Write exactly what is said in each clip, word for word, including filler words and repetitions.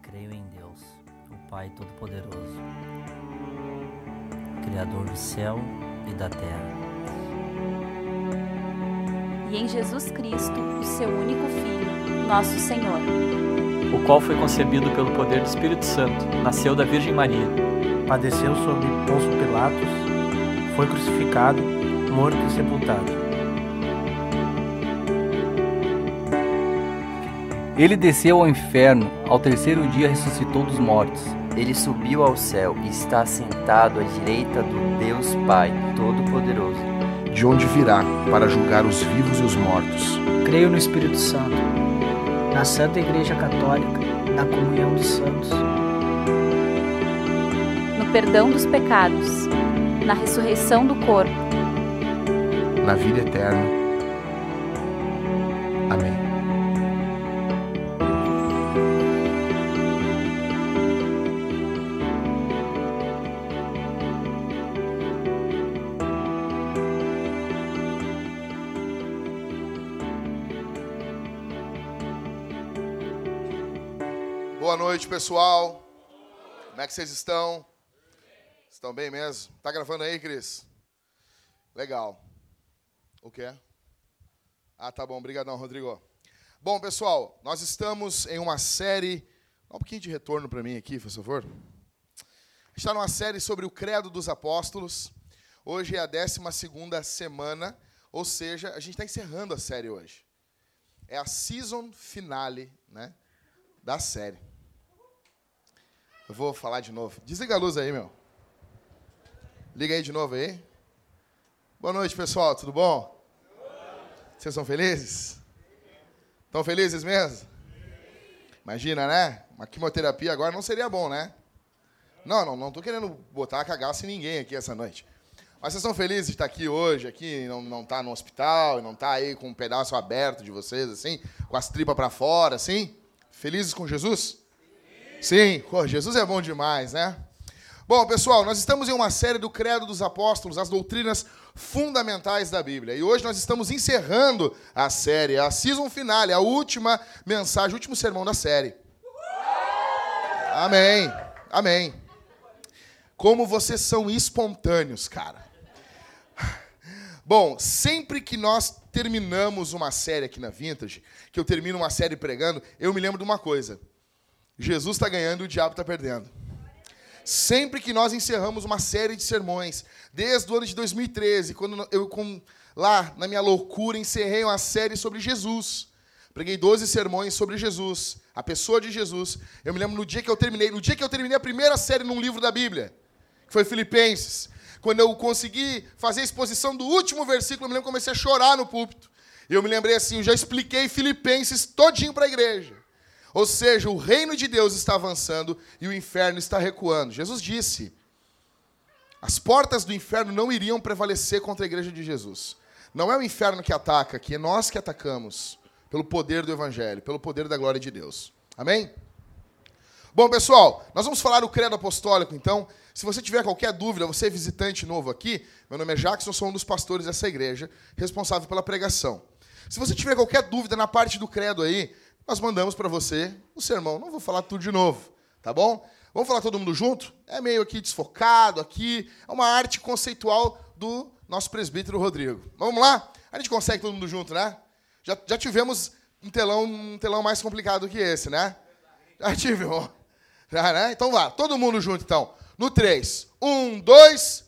Creio em Deus, o Pai Todo-Poderoso, Criador do céu e da terra, e em Jesus Cristo, o seu único Filho, nosso Senhor, o qual foi concebido pelo poder do Espírito Santo, nasceu da Virgem Maria, padeceu sob Pôncio Pilatos, foi crucificado, morto e sepultado. Ele desceu ao inferno, ao terceiro dia ressuscitou dos mortos. Ele subiu ao céu e está sentado à direita do Deus Pai Todo-Poderoso, de onde virá para julgar os vivos e os mortos. Creio no Espírito Santo, na Santa Igreja Católica, na comunhão dos santos, no perdão dos pecados, na ressurreição do corpo, na vida eterna. Amém. Boa noite, pessoal. Como é que vocês estão? Estão bem mesmo? Tá gravando aí, Cris? Legal. O quê? Ah, tá bom. Obrigadão, Rodrigo. Bom, pessoal, nós estamos em uma série... Dá um pouquinho de retorno para mim aqui, por favor. A gente está numa série sobre o Credo dos Apóstolos. Hoje é a décima segunda semana, ou seja, a gente está encerrando a série hoje. É a season finale, né, da série. Eu vou falar de novo. Desliga a luz aí, meu. Liga aí de novo aí. Boa noite, pessoal. Tudo bom? Vocês são felizes? Estão felizes mesmo? Imagina, né? Uma quimioterapia agora não seria bom, né? Não, não, não estou querendo botar cagaço em ninguém aqui essa noite. Mas vocês estão felizes de estar aqui hoje, aqui, não, não tá no hospital, e não tá aí com um pedaço aberto de vocês, assim, com as tripas para fora, assim? Felizes com Jesus? Sim, Pô, Jesus é bom demais, né? Bom, pessoal, nós estamos em uma série do Credo dos Apóstolos, as doutrinas fundamentais da Bíblia. E hoje nós estamos encerrando a série, a season finale, a última mensagem, o último sermão da série. Amém, amém. Como vocês são espontâneos, cara. Bom, sempre que nós terminamos uma série aqui na Vintage, que eu termino uma série pregando, eu me lembro de uma coisa. Jesus está ganhando e o diabo está perdendo. Sempre que nós encerramos uma série de sermões, desde o ano de dois mil e treze, quando eu, com, lá, na minha loucura, encerrei uma série sobre Jesus. Preguei doze sermões sobre Jesus, a pessoa de Jesus. Eu me lembro no dia que eu terminei, no dia que eu terminei a primeira série num livro da Bíblia, que foi Filipenses. Quando eu consegui fazer a exposição do último versículo, eu me lembro que eu comecei a chorar no púlpito. E eu me lembrei assim, eu já expliquei Filipenses todinho para a igreja. Ou seja, o reino de Deus está avançando e o inferno está recuando. Jesus disse, as portas do inferno não iriam prevalecer contra a igreja de Jesus. Não é o inferno que ataca aqui, é nós que atacamos pelo poder do evangelho, pelo poder da glória de Deus. Amém? Bom, pessoal, nós vamos falar o credo apostólico, então. Se você tiver qualquer dúvida, você é visitante novo aqui, meu nome é Jackson, sou um dos pastores dessa igreja, responsável pela pregação. Se você tiver qualquer dúvida na parte do credo aí, nós mandamos para você o sermão. Não vou falar tudo de novo, tá bom? Vamos falar todo mundo junto? É meio aqui desfocado, aqui. É uma arte conceitual do nosso presbítero Rodrigo. Vamos lá? A gente consegue todo mundo junto, né? Já, já tivemos um telão, um telão mais complicado que esse, né? Já tivemos. Já, né? Então vá, todo mundo junto, então. No três. Um, dois...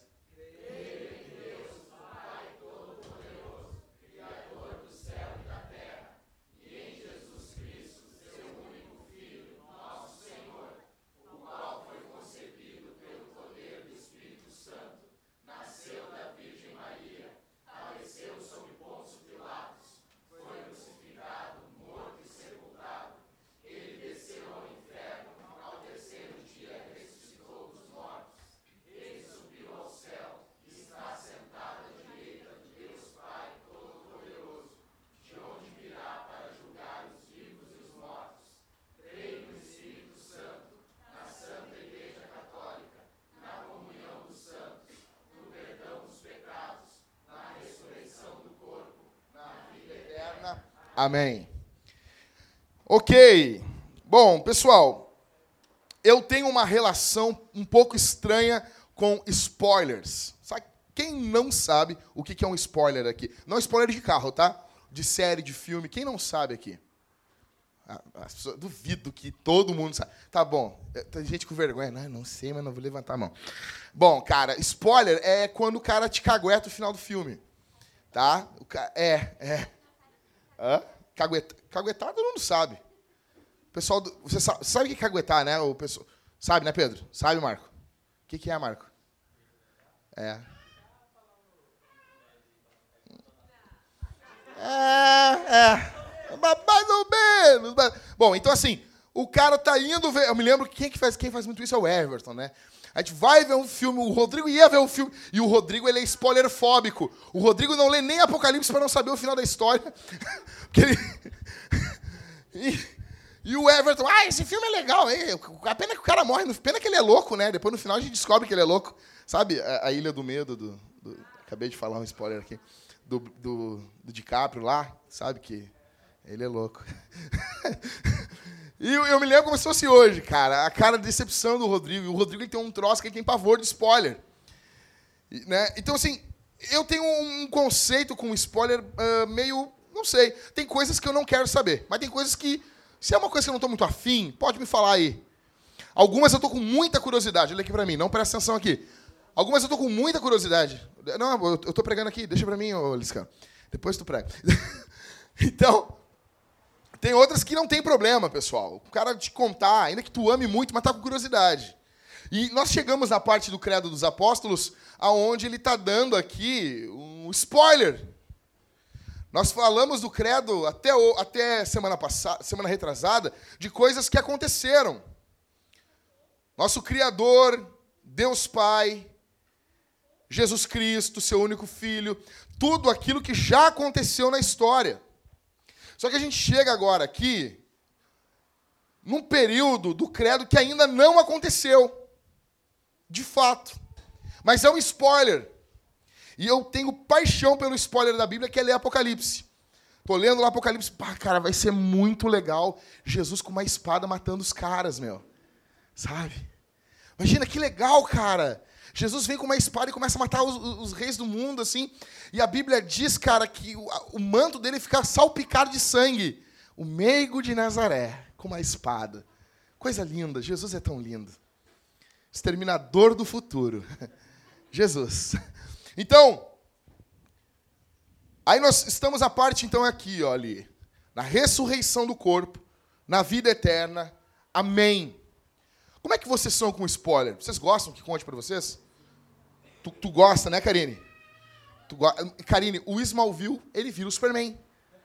Amém. Ok. Bom, pessoal, eu tenho uma relação um pouco estranha com spoilers. Sabe? Quem não sabe o que é um spoiler aqui? Não spoiler de carro, tá? De série, de filme. Quem não sabe aqui? As pessoas, duvido que todo mundo sabe. Tá bom. Tem gente com vergonha. Não, não sei, mas não vou levantar a mão. Bom, cara, spoiler é quando o cara te cagueta o final do filme. Tá? O ca... É, é. Hã? Cagueta... Caguetar todo mundo sabe. O pessoal do... Você sabe, sabe o que é caguetar, né? O pessoal... Sabe, né, Pedro? Sabe, Marco? O que, que é, Marco? É. É, é. Mais ou menos. Bom, então assim, o cara tá indo ver... Eu me lembro que quem, que faz, quem faz muito isso é o Everton, né? A gente vai ver um filme, o Rodrigo ia ver um filme, e o Rodrigo, ele é spoilerfóbico. O Rodrigo não lê nem Apocalipse para não saber o final da história. Porque ele... e, e o Everton, ah, esse filme é legal, hein? A pena que o cara morre, pena que ele é louco, né? Depois no final a gente descobre que ele é louco. Sabe a, a Ilha do Medo, do, do, acabei de falar um spoiler aqui, do, do, do DiCaprio lá, sabe que ele é louco. E eu, eu me lembro como se fosse hoje, cara, a cara de decepção do Rodrigo. E o Rodrigo ele tem um troço que ele tem pavor de spoiler. E, né? Então, assim, eu tenho um conceito com spoiler uh, meio, não sei, tem coisas que eu não quero saber, mas tem coisas que, se é uma coisa que eu não estou muito afim, pode me falar aí. Algumas eu estou com muita curiosidade, olha aqui pra mim, não presta atenção aqui. Algumas eu estou com muita curiosidade. Não, eu estou pregando aqui, deixa pra mim, ô Liscano. Depois tu prega. Então... Tem outras que não tem problema, pessoal. O cara te contar, ainda que tu ame muito, mas tá com curiosidade. E nós chegamos na parte do Credo dos Apóstolos, aonde ele está dando aqui um spoiler. Nós falamos do Credo até, o, até semana passada, semana retrasada, de coisas que aconteceram. Nosso Criador, Deus Pai, Jesus Cristo, seu único Filho, tudo aquilo que já aconteceu na história. Só que a gente chega agora aqui num período do credo que ainda não aconteceu, de fato. Mas é um spoiler. E eu tenho paixão pelo spoiler da Bíblia, que é ler Apocalipse. Estou lendo lá Apocalipse, pá, cara, vai ser muito legal. Jesus com uma espada matando os caras, meu. Sabe? Imagina, que legal, cara. Jesus vem com uma espada e começa a matar os, os reis do mundo, assim. E a Bíblia diz, cara, que o, o manto dele fica salpicado de sangue. O meigo de Nazaré, com uma espada. Coisa linda, Jesus é tão lindo. Exterminador do futuro. Jesus. Então, aí nós estamos a parte, então, aqui, ó, ali. Na ressurreição do corpo, na vida eterna. Amém. Como é que vocês são com spoiler? Vocês gostam que conte para vocês? Tu, tu gosta, né, Karine? Tu go... Karine, o Smallville, ele vira o Superman.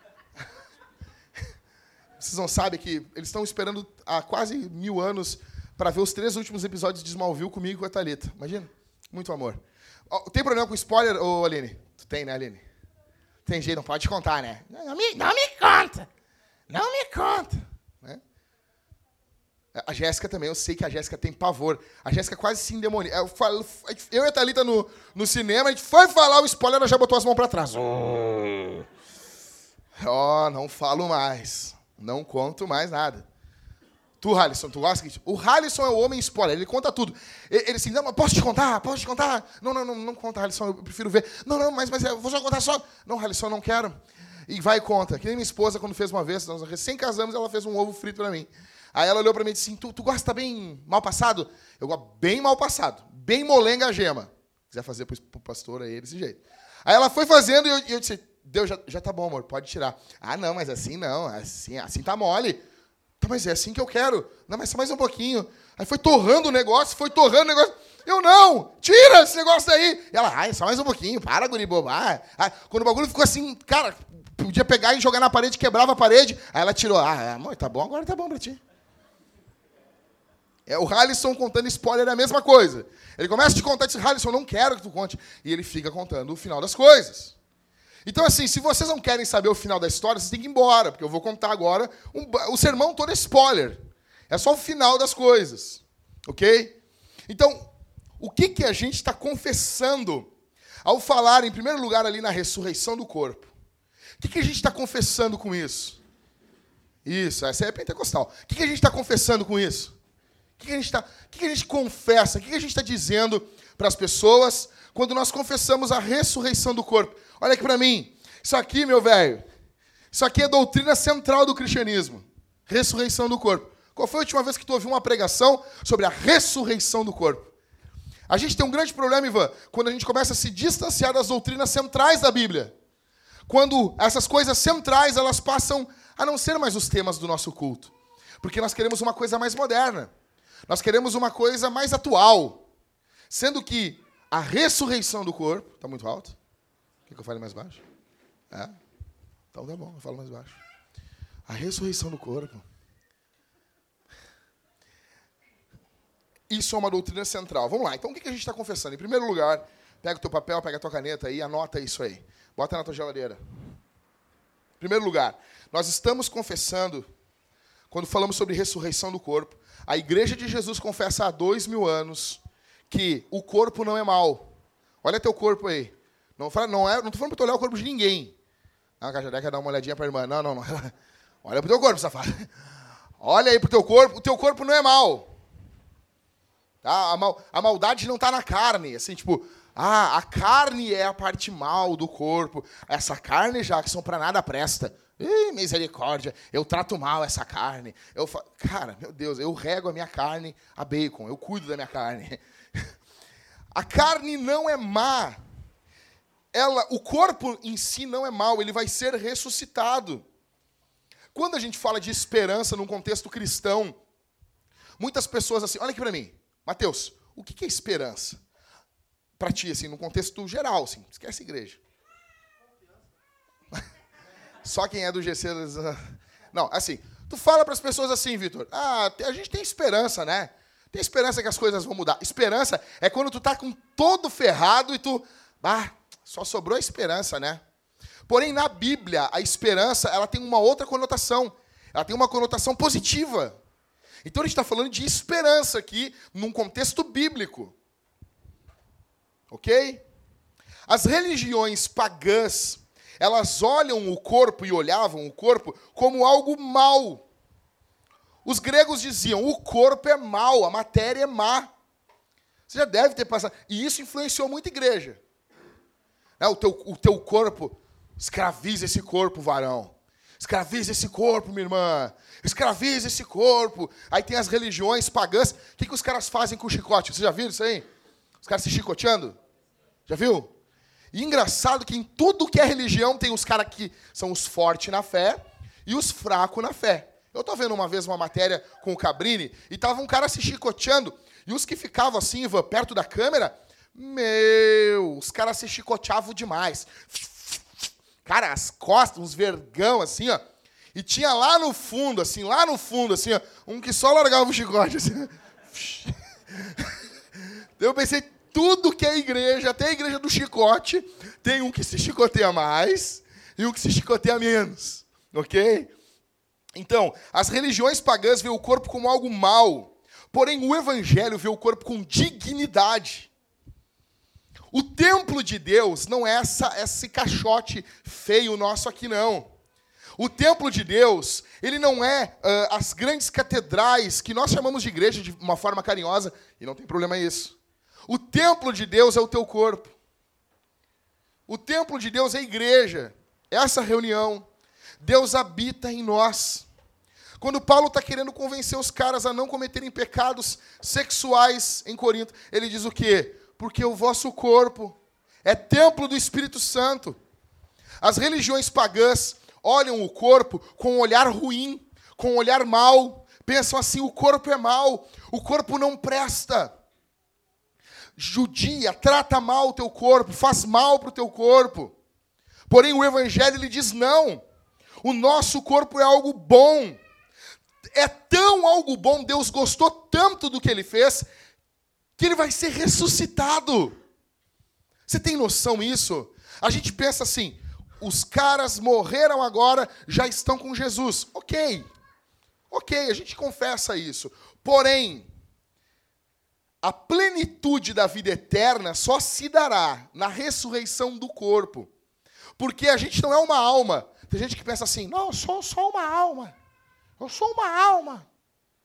Vocês não sabem que eles estão esperando há quase mil anos para ver os três últimos episódios de Smallville comigo e com a Thalita. Imagina? Muito amor. Tem problema com spoiler, ô Aline? Tu tem, né, Aline? Tem jeito, não pode contar, né? Não, não, me, não me conta. Não me conta. Né? A Jéssica também, eu sei que a Jéssica tem pavor. A Jéssica quase se endemonia. Eu, falo, eu e a Thalita no, no cinema, a gente foi falar o spoiler, ela já botou as mãos para trás. Ó, oh, não falo mais. Não conto mais nada. Tu, Halisson, tu gosta? O Halisson é o homem spoiler, ele conta tudo. Ele, ele assim, não, posso te contar? Posso te contar? Não, não, não, não conta, Halisson, eu prefiro ver. Não, não, mas, mas eu vou só contar só. Não, Halisson, não quero. E vai e conta. Que nem minha esposa, quando fez uma vez, nós recém casamos, ela fez um ovo frito pra mim. Aí ela olhou pra mim e disse assim, tu, tu gosta bem mal passado? Eu gosto bem mal passado. Bem molenga a gema. Se quiser fazer pro, pro pastor aí, desse jeito. Aí ela foi fazendo e eu, e eu disse, Deus, já, já tá bom, amor, pode tirar. Ah, não, mas assim não, assim, assim tá mole. Tá, mas é assim que eu quero. Não, mas só mais um pouquinho. Aí foi torrando o negócio, foi torrando o negócio. Eu, não, tira esse negócio daí. E ela, ai, só mais um pouquinho, para, guri bobar. Ah, quando o bagulho ficou assim, cara, podia pegar e jogar na parede, quebrava a parede. Aí ela tirou, ah, amor, tá bom, agora tá bom pra ti. É, o Halisson contando spoiler é a mesma coisa. Ele começa a te contar e diz, Halisson, não quero que tu conte. E ele fica contando o final das coisas. Então, assim, se vocês não querem saber o final da história, vocês têm que ir embora, porque eu vou contar agora. Um, o sermão todo é spoiler. É só o final das coisas. Ok? Então, o que, que a gente está confessando ao falar, em primeiro lugar, ali na ressurreição do corpo? O que, que a gente está confessando com isso? Isso, essa é a pentecostal. O que, que a gente está confessando com isso? O que a gente, tá, o que a gente confessa? O que a gente está dizendo para as pessoas quando nós confessamos a ressurreição do corpo? Olha aqui para mim. Isso aqui, meu velho, isso aqui é doutrina central do cristianismo. Ressurreição do corpo. Qual foi a última vez que tu ouviu uma pregação sobre a ressurreição do corpo? A gente tem um grande problema, Ivan, quando a gente começa a se distanciar das doutrinas centrais da Bíblia. Quando essas coisas centrais, elas passam a não ser mais os temas do nosso culto. Porque nós queremos uma coisa mais moderna. Nós queremos uma coisa mais atual. Sendo que a ressurreição do corpo... Está muito alto? Quer que eu fale mais baixo? É? Então tá bom, eu falo mais baixo. A ressurreição do corpo... Isso é uma doutrina central. Vamos lá. Então, o que a gente está confessando? Em primeiro lugar, pega o teu papel, pega a tua caneta aí, anota isso aí. Bota na tua geladeira. Em primeiro lugar, nós estamos confessando, quando falamos sobre ressurreição do corpo, a Igreja de Jesus confessa há dois mil anos que o corpo não é mau. Olha teu corpo aí. Não estou não é, não falando para tu olhar o corpo de ninguém. Ah, a Cajadé quer dar uma olhadinha para a irmã. Não, não, não. Olha para o teu corpo, safado. Olha aí para o teu corpo. O teu corpo não é mau. Tá? A, mal, a maldade não está na carne. Assim, tipo, ah, a carne é a parte mal do corpo. Essa carne, Jackson, para nada presta. Ih, misericórdia, eu trato mal essa carne. Eu fa... Cara, meu Deus, eu rego a minha carne a bacon. Eu cuido da minha carne. A carne não é má. Ela, o corpo em si não é mau. Ele vai ser ressuscitado. Quando a gente fala de esperança num contexto cristão, muitas pessoas assim... Olha aqui para mim. Mateus, o que é esperança? Para ti, assim, no contexto geral, assim, esquece a igreja. Só quem é do G C... Não, assim, tu fala para as pessoas assim, Vitor, ah, a gente tem esperança, né? Tem esperança que as coisas vão mudar. Esperança é quando tu tá com todo ferrado e tu... Ah, só sobrou a esperança, né? Porém, na Bíblia, a esperança, ela tem uma outra conotação. Ela tem uma conotação positiva. Então, a gente está falando de esperança aqui, num contexto bíblico. Ok? As religiões pagãs, elas olham o corpo e olhavam o corpo como algo mau. Os gregos diziam, o corpo é mau, a matéria é má. Você já deve ter passado. E isso influenciou muito a igreja. O teu, o teu corpo, escraviza esse corpo, varão. Escraviza esse corpo, minha irmã. Escraviza esse corpo. Aí tem as religiões pagãs. O que, que os caras fazem com o chicote? Você já viu isso aí? Os caras se chicoteando? Já viu? E engraçado que em tudo que é religião tem os caras que são os fortes na fé e os fracos na fé. Eu tô vendo uma vez uma matéria com o Cabrini e tava um cara se chicoteando. E os que ficavam assim, Ivan, perto da câmera, meu, os caras se chicoteavam demais. Cara, as costas, uns vergão, assim, ó. E tinha lá no fundo, assim, lá no fundo, assim, ó, um que só largava o chicote, assim. Eu pensei, tudo que é igreja, até a igreja do chicote, tem um que se chicoteia mais e um que se chicoteia menos, ok? Então, as religiões pagãs veem o corpo como algo mau, porém o evangelho vê o corpo com dignidade. O templo de Deus não é essa, esse caixote feio nosso aqui, não. O templo de Deus, ele não é uh, as grandes catedrais que nós chamamos de igreja de uma forma carinhosa, e não tem problema isso. O templo de Deus é o teu corpo. O templo de Deus é a igreja, é essa reunião. Deus habita em nós. Quando Paulo está querendo convencer os caras a não cometerem pecados sexuais em Corinto, ele diz o quê? Porque o vosso corpo é templo do Espírito Santo. As religiões pagãs olham o corpo com um olhar ruim, com um olhar mau. Pensam assim, o corpo é mau, o corpo não presta. Judia, trata mal o teu corpo, faz mal para o teu corpo. Porém, o Evangelho ele diz não. O nosso corpo é algo bom. É tão algo bom, Deus gostou tanto do que Ele fez, que Ele vai ser ressuscitado. Você tem noção disso? A gente pensa assim, os caras morreram agora, já estão com Jesus. Ok, ok, a gente confessa isso. Porém, a plenitude da vida eterna só se dará na ressurreição do corpo. Porque a gente não é uma alma. Tem gente que pensa assim, não, eu sou só uma alma. Eu sou uma alma.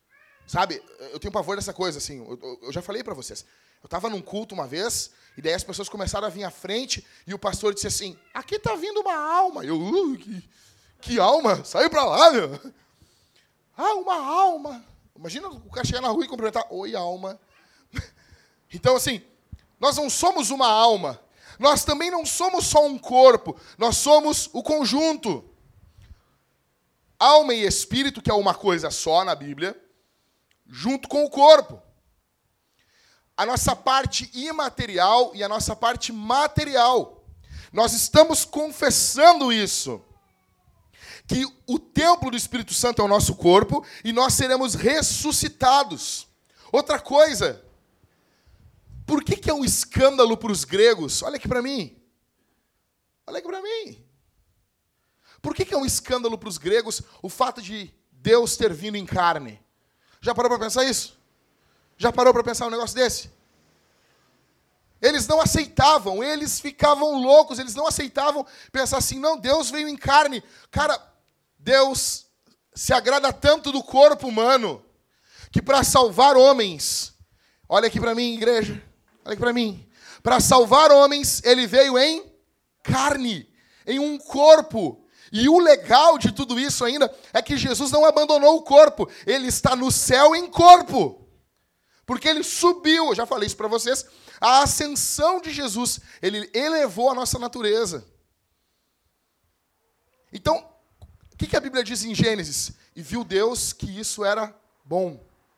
Sabe, eu tenho pavor dessa coisa, assim, eu, eu já falei para vocês. Eu estava num culto uma vez, e daí as pessoas começaram a vir à frente, e o pastor disse assim, aqui está vindo uma alma. Eu, uh, que, que alma? Saiu para lá, meu. Ah, uma alma. Imagina o cara chegar na rua e cumprimentar, oi, alma. Então, assim, nós não somos uma alma. Nós também não somos só um corpo. Nós somos o conjunto. Alma e espírito, que é uma coisa só na Bíblia, junto com o corpo. A nossa parte imaterial e a nossa parte material. Nós estamos confessando isso. Que o templo do Espírito Santo é o nosso corpo e nós seremos ressuscitados. Outra coisa, por que, que é um escândalo para os gregos? Olha aqui para mim. Olha aqui para mim. Por que, que é um escândalo para os gregos o fato de Deus ter vindo em carne? Já parou para pensar isso? Já parou para pensar um negócio desse? Eles não aceitavam, eles ficavam loucos, eles não aceitavam pensar assim, não, Deus veio em carne. Cara, Deus se agrada tanto do corpo humano que para salvar homens, olha aqui para mim, igreja, olha aqui para mim, para salvar homens, ele veio em carne, em um corpo. E o legal de tudo isso ainda é que Jesus não abandonou o corpo, ele está no céu em corpo. Porque ele subiu, eu já falei isso para vocês, a ascensão de Jesus, ele elevou a nossa natureza. Então, o que a Bíblia diz em Gênesis? E viu Deus que isso era bom.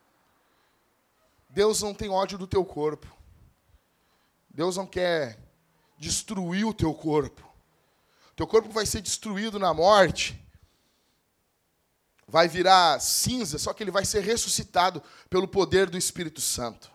Deus não tem ódio do teu corpo. Deus não quer destruir o teu corpo. Teu corpo vai ser destruído na morte, vai virar cinza, só que ele vai ser ressuscitado pelo poder do Espírito Santo.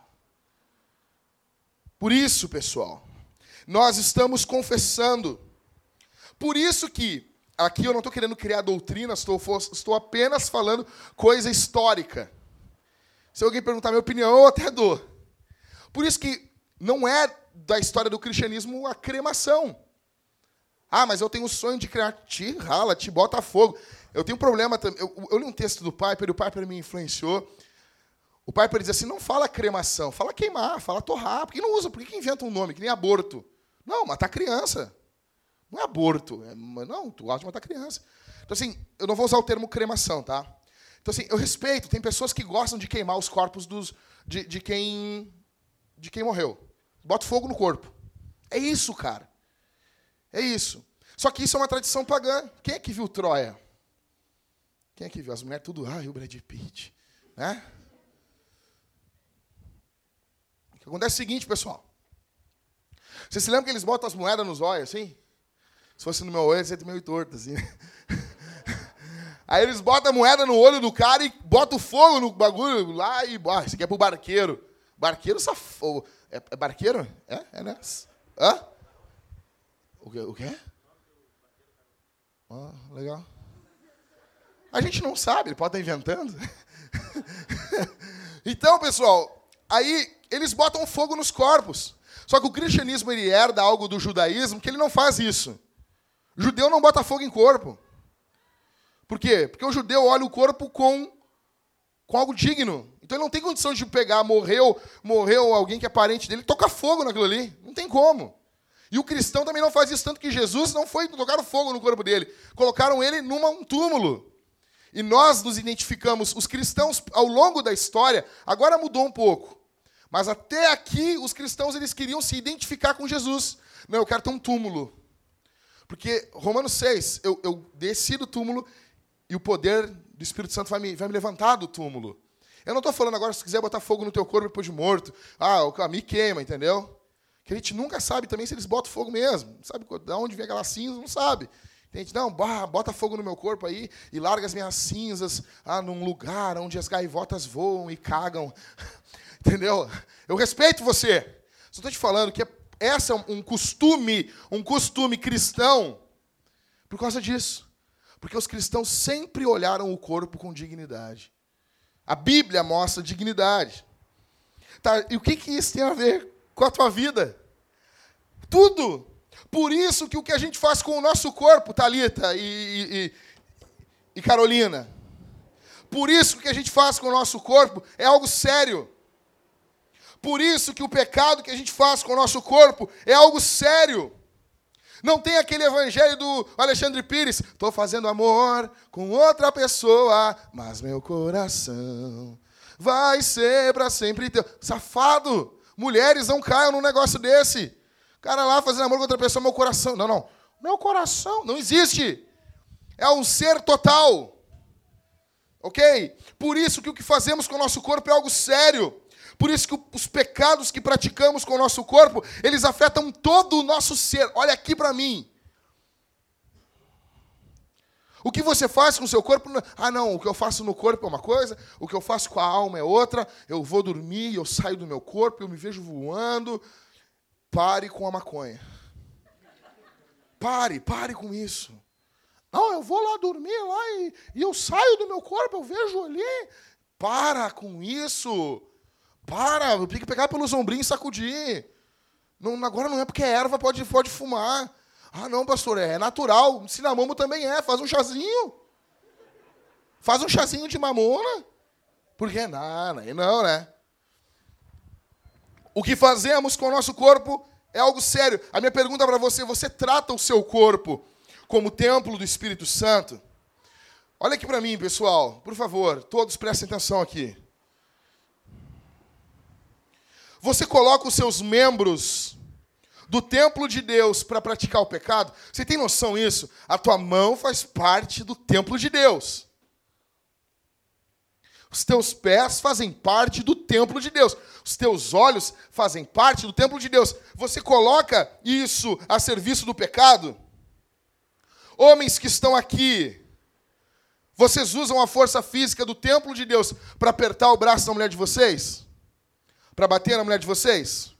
Por isso, pessoal, nós estamos confessando. Por isso que, aqui eu não estou querendo criar doutrina, estou, estou apenas falando coisa histórica. Se alguém perguntar a minha opinião, eu até dou. Por isso que não é da história do cristianismo a cremação. Ah, mas eu tenho o sonho de criar. Te rala, te bota fogo. Eu tenho um problema também. Eu, eu li um texto do Piper, e o Piper me influenciou. O Piper diz assim, não fala cremação, fala queimar, fala torrar. Por que não usa? Por que inventa um nome? Que nem aborto. Não, matar criança. Não é aborto. É, não, tu gosta de matar criança. Então, assim, eu não vou usar o termo cremação, tá? Então, assim, eu respeito. Tem pessoas que gostam de queimar os corpos dos, de, de, quem, de quem morreu. Bota fogo no corpo. É isso, cara. É isso. Só que isso é uma tradição pagã. Quem é que viu Troia? Quem é que viu? As mulheres tudo, ah, o Brad Pitt. Né? O que acontece é o seguinte, pessoal. Vocês se lembram que eles botam as moedas nos olhos, assim? Se fosse no meu olho, seria meio torto, assim. Aí eles botam a moeda no olho do cara e botam fogo no bagulho lá e... Ah, isso aqui é pro barqueiro. Barqueiro safou. É, é barqueiro? É? É, né? Hã? O quê? O quê? Ah, legal. A gente não sabe, ele pode estar inventando. Então, pessoal, aí eles botam fogo nos corpos. Só que o cristianismo ele herda algo do judaísmo que ele não faz isso. O judeu não bota fogo em corpo. Por quê? Porque o judeu olha o corpo com, com algo digno. Então ele não tem condição de pegar, morreu, morreu alguém que é parente dele, toca fogo naquilo ali. Não tem como. E o cristão também não faz isso, tanto que Jesus não foi tocar fogo no corpo dele. Colocaram ele num túmulo. E nós nos identificamos, os cristãos, ao longo da história, agora mudou um pouco. Mas até aqui, os cristãos eles queriam se identificar com Jesus. Não, eu quero ter um túmulo. Porque, Romanos seis, eu, eu desci do túmulo e o poder do Espírito Santo vai me, vai me levantar do túmulo. Eu não estou falando agora, se quiser botar fogo no teu corpo depois de morto, ah, o caminho queima, entendeu? Que a gente nunca sabe também se eles botam fogo mesmo. Não sabe de onde vem aquela cinza, não sabe. A gente, não, bota fogo no meu corpo aí e larga as minhas cinzas ah, num lugar onde as gaivotas voam e cagam. Entendeu? Eu respeito você. Só estou te falando que esse é um costume, um costume cristão por causa disso. Porque os cristãos sempre olharam o corpo com dignidade. A Bíblia mostra dignidade. Tá, e o que, que isso tem a ver com a tua vida? Tudo. Por isso que o que a gente faz com o nosso corpo, Thalita e, e, e Carolina, Por isso que o que a gente faz com o nosso corpo é algo sério. Por isso que o pecado que a gente faz com o nosso corpo é algo sério. Não tem aquele evangelho do Alexandre Pires, estou fazendo amor com outra pessoa, mas meu coração vai ser para sempre teu. Safado! Mulheres, não caiam num negócio desse. O cara lá fazendo amor com outra pessoa, meu coração. Não, não. Meu coração não existe. É um ser total. Ok? Por isso que o que fazemos com o nosso corpo é algo sério. Por isso que os pecados que praticamos com o nosso corpo, eles afetam todo o nosso ser. Olha aqui para mim. O que você faz com o seu corpo... Ah, não, o que eu faço no corpo é uma coisa, o que eu faço com a alma é outra. Eu vou dormir, eu saio do meu corpo, eu me vejo voando. Pare com a maconha. Pare, pare com isso. Não, eu vou lá dormir lá e, e eu saio do meu corpo, eu vejo ali. Para com isso. Para, eu tenho que pegar pelos ombrinhos e sacudir. Não, agora não é porque é erva, pode, pode fumar. Ah, não, pastor, é natural. Cinamomo também é, faz um chazinho. Faz um chazinho de mamona. Por que não? Não, né? O que fazemos com o nosso corpo é algo sério. A minha pergunta para você, você trata o seu corpo como templo do Espírito Santo? Olha aqui para mim, pessoal. Por favor, todos prestem atenção aqui. Você coloca os seus membros do templo de Deus para praticar o pecado? Você tem noção disso? A tua mão faz parte do templo de Deus. Os teus pés fazem parte do templo de Deus. Os teus olhos fazem parte do templo de Deus. Você coloca isso a serviço do pecado? Homens que estão aqui, vocês usam a força física do templo de Deus para apertar o braço da mulher de vocês? Para bater na mulher de vocês?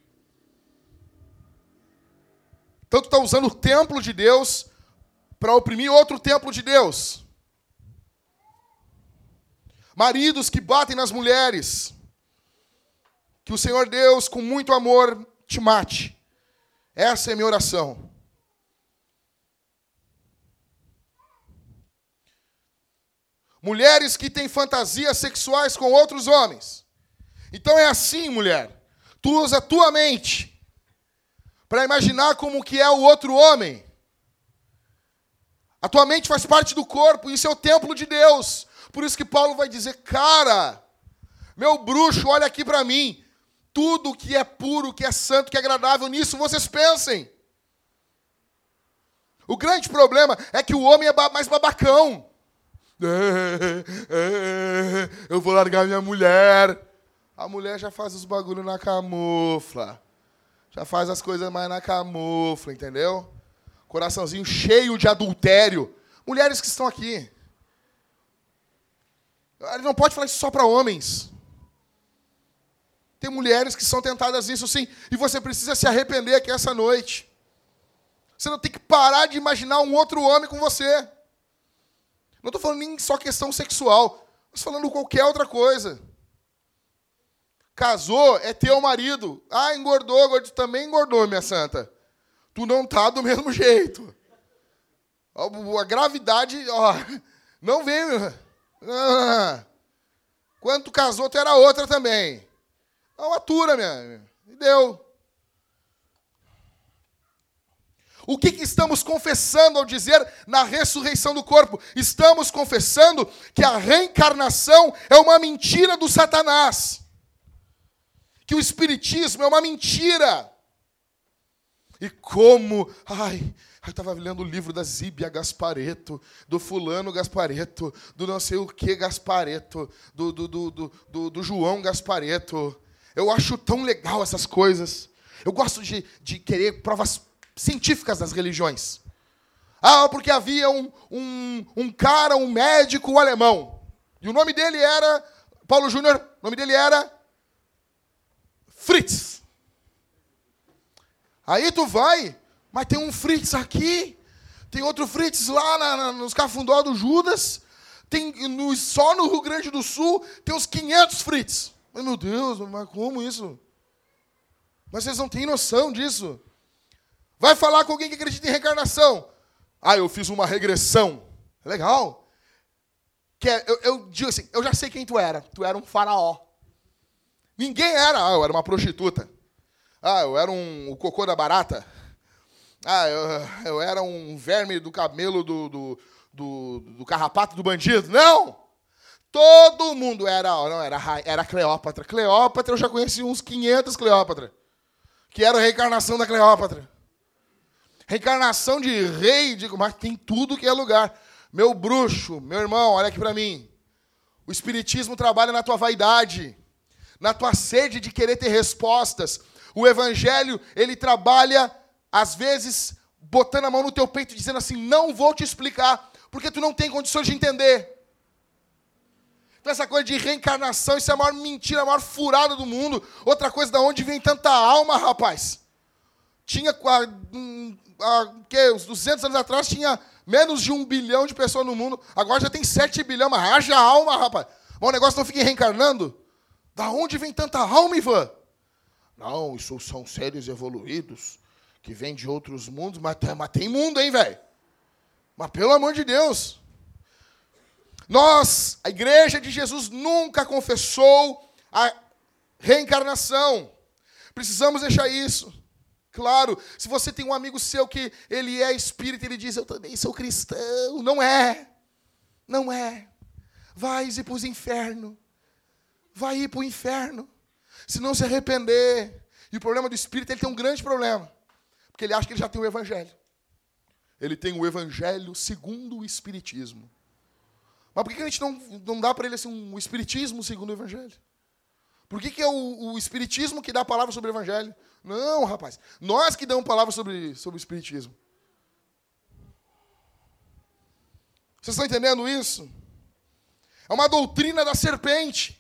Então tu está usando o templo de Deus para oprimir outro templo de Deus. Maridos que batem nas mulheres, que o Senhor Deus, com muito amor, te mate. Essa é a minha oração. Mulheres que têm fantasias sexuais com outros homens. Então é assim, mulher. Tu usa a tua mente para imaginar como que é o outro homem. A tua mente faz parte do corpo, isso é o templo de Deus. Por isso que Paulo vai dizer, cara, meu bruxo, olha aqui para mim. Tudo que é puro, que é santo, que é agradável, nisso vocês pensem. O grande problema é que o homem é mais babacão. Eu vou largar minha mulher. A mulher já faz os bagulho na camufla. Já faz as coisas mais na camufla, entendeu? Coraçãozinho cheio de adultério. Mulheres que estão aqui. Ele não pode falar isso só para homens. Tem mulheres que são tentadas nisso sim. E você precisa se arrepender aqui essa noite. Você não tem que parar de imaginar um outro homem com você. Não estou falando nem só questão sexual. Estou falando qualquer outra coisa. Casou, é teu marido. Ah, engordou, tu também engordou, minha santa. Tu não tá do mesmo jeito. A gravidade, ó, não vem. Ah, quando tu casou, tu era outra também. Não atura, minha. E deu. O que, que estamos confessando ao dizer na ressurreição do corpo? Estamos confessando que a reencarnação é uma mentira do Satanás. Que o espiritismo é uma mentira. E como... Ai, eu estava lendo o livro da Zíbia Gaspareto, do fulano Gaspareto, do não sei o que Gaspareto, do, do, do, do, do, do João Gaspareto. Eu acho tão legal essas coisas. Eu gosto de, de querer provas científicas das religiões. Ah, porque havia um, um, um cara, um médico alemão. E o nome dele era... Paulo Júnior, o nome dele era... Fritz. Aí tu vai, mas tem um Fritz aqui, tem outro Fritz lá na, na, nos cafundó do Judas, tem no, só no Rio Grande do Sul tem uns quinhentos Fritz. Mas, meu Deus, mas como isso? Mas vocês não têm noção disso. Vai falar com alguém que acredita em reencarnação. Ah, eu fiz uma regressão. Legal. Que é, eu, eu digo assim, eu já sei quem tu era. Tu era um faraó. Ninguém era. Ah, eu era uma prostituta. Ah, eu era um, o cocô da barata. Ah, eu, eu era um verme do camelo do, do, do, do carrapato do bandido. Não! Todo mundo era, não, era, era Cleópatra. Cleópatra, eu já conheci uns quinhentos Cleópatra. Que era a reencarnação da Cleópatra. Reencarnação de rei, de, mas tem tudo que é lugar. Meu bruxo, meu irmão, olha aqui para mim. O espiritismo trabalha na tua vaidade, na tua sede de querer ter respostas. O evangelho, ele trabalha, às vezes, botando a mão no teu peito, dizendo assim, não vou te explicar, porque tu não tem condições de entender. Então essa coisa de reencarnação, isso é a maior mentira, a maior furada do mundo. Outra coisa, de onde vem tanta alma, rapaz? Tinha, há, há, que, uns duzentos anos atrás, tinha menos de um bilhão de pessoas no mundo. Agora já tem sete bilhões, mas haja alma, rapaz. Mas o negócio não fica reencarnando? Da onde vem tanta alma, Ivan? Não, isso são seres evoluídos, que vêm de outros mundos, mas, mas tem mundo, hein, velho? Mas pelo amor de Deus. Nós, a igreja de Jesus, nunca confessou a reencarnação. Precisamos deixar isso claro. Se você tem um amigo seu que ele é espírita, ele diz, eu também sou cristão. Não é. Não é. Vai ir para os infernos. Vai ir para o inferno. Se não se arrepender. E o problema do espírito, ele tem um grande problema. Porque ele acha que ele já tem o evangelho. Ele tem o evangelho segundo o espiritismo. Mas por que a gente não, não dá para ele assim, um espiritismo segundo o evangelho? Por que, que é o, o espiritismo que dá a palavra sobre o evangelho? Não, rapaz. Nós que damos palavra sobre, sobre o espiritismo. Vocês estão entendendo isso? É uma doutrina da serpente.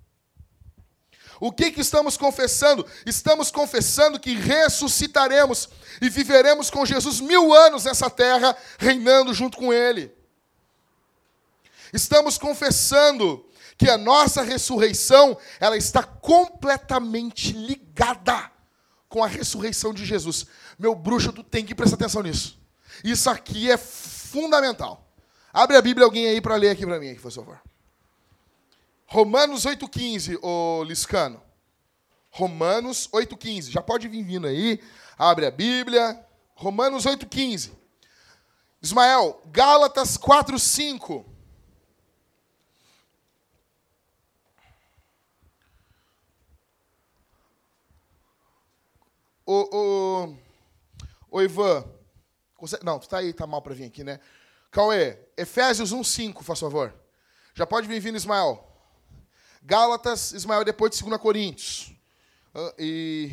O que, que estamos confessando? Estamos confessando que ressuscitaremos e viveremos com Jesus mil anos nessa terra, reinando junto com Ele. Estamos confessando que a nossa ressurreição, ela está completamente ligada com a ressurreição de Jesus. Meu bruxo, tu tem que prestar atenção nisso. Isso aqui é fundamental. Abre a Bíblia, alguém aí para ler aqui para mim, por favor. Romanos oito quinze, ô Liscano. Romanos oito quinze. Já pode vir vindo aí. Abre a Bíblia. Romanos oito quinze. Ismael, Gálatas quatro cinco. Ô, ô, ô Ivan, consegue, não, tu tá aí, tá mal para vir aqui, né? Cauê, Efésios um cinco, faz favor. Já pode vir vindo, Ismael. Gálatas, Ismael, depois de dois Coríntios. Uh, e...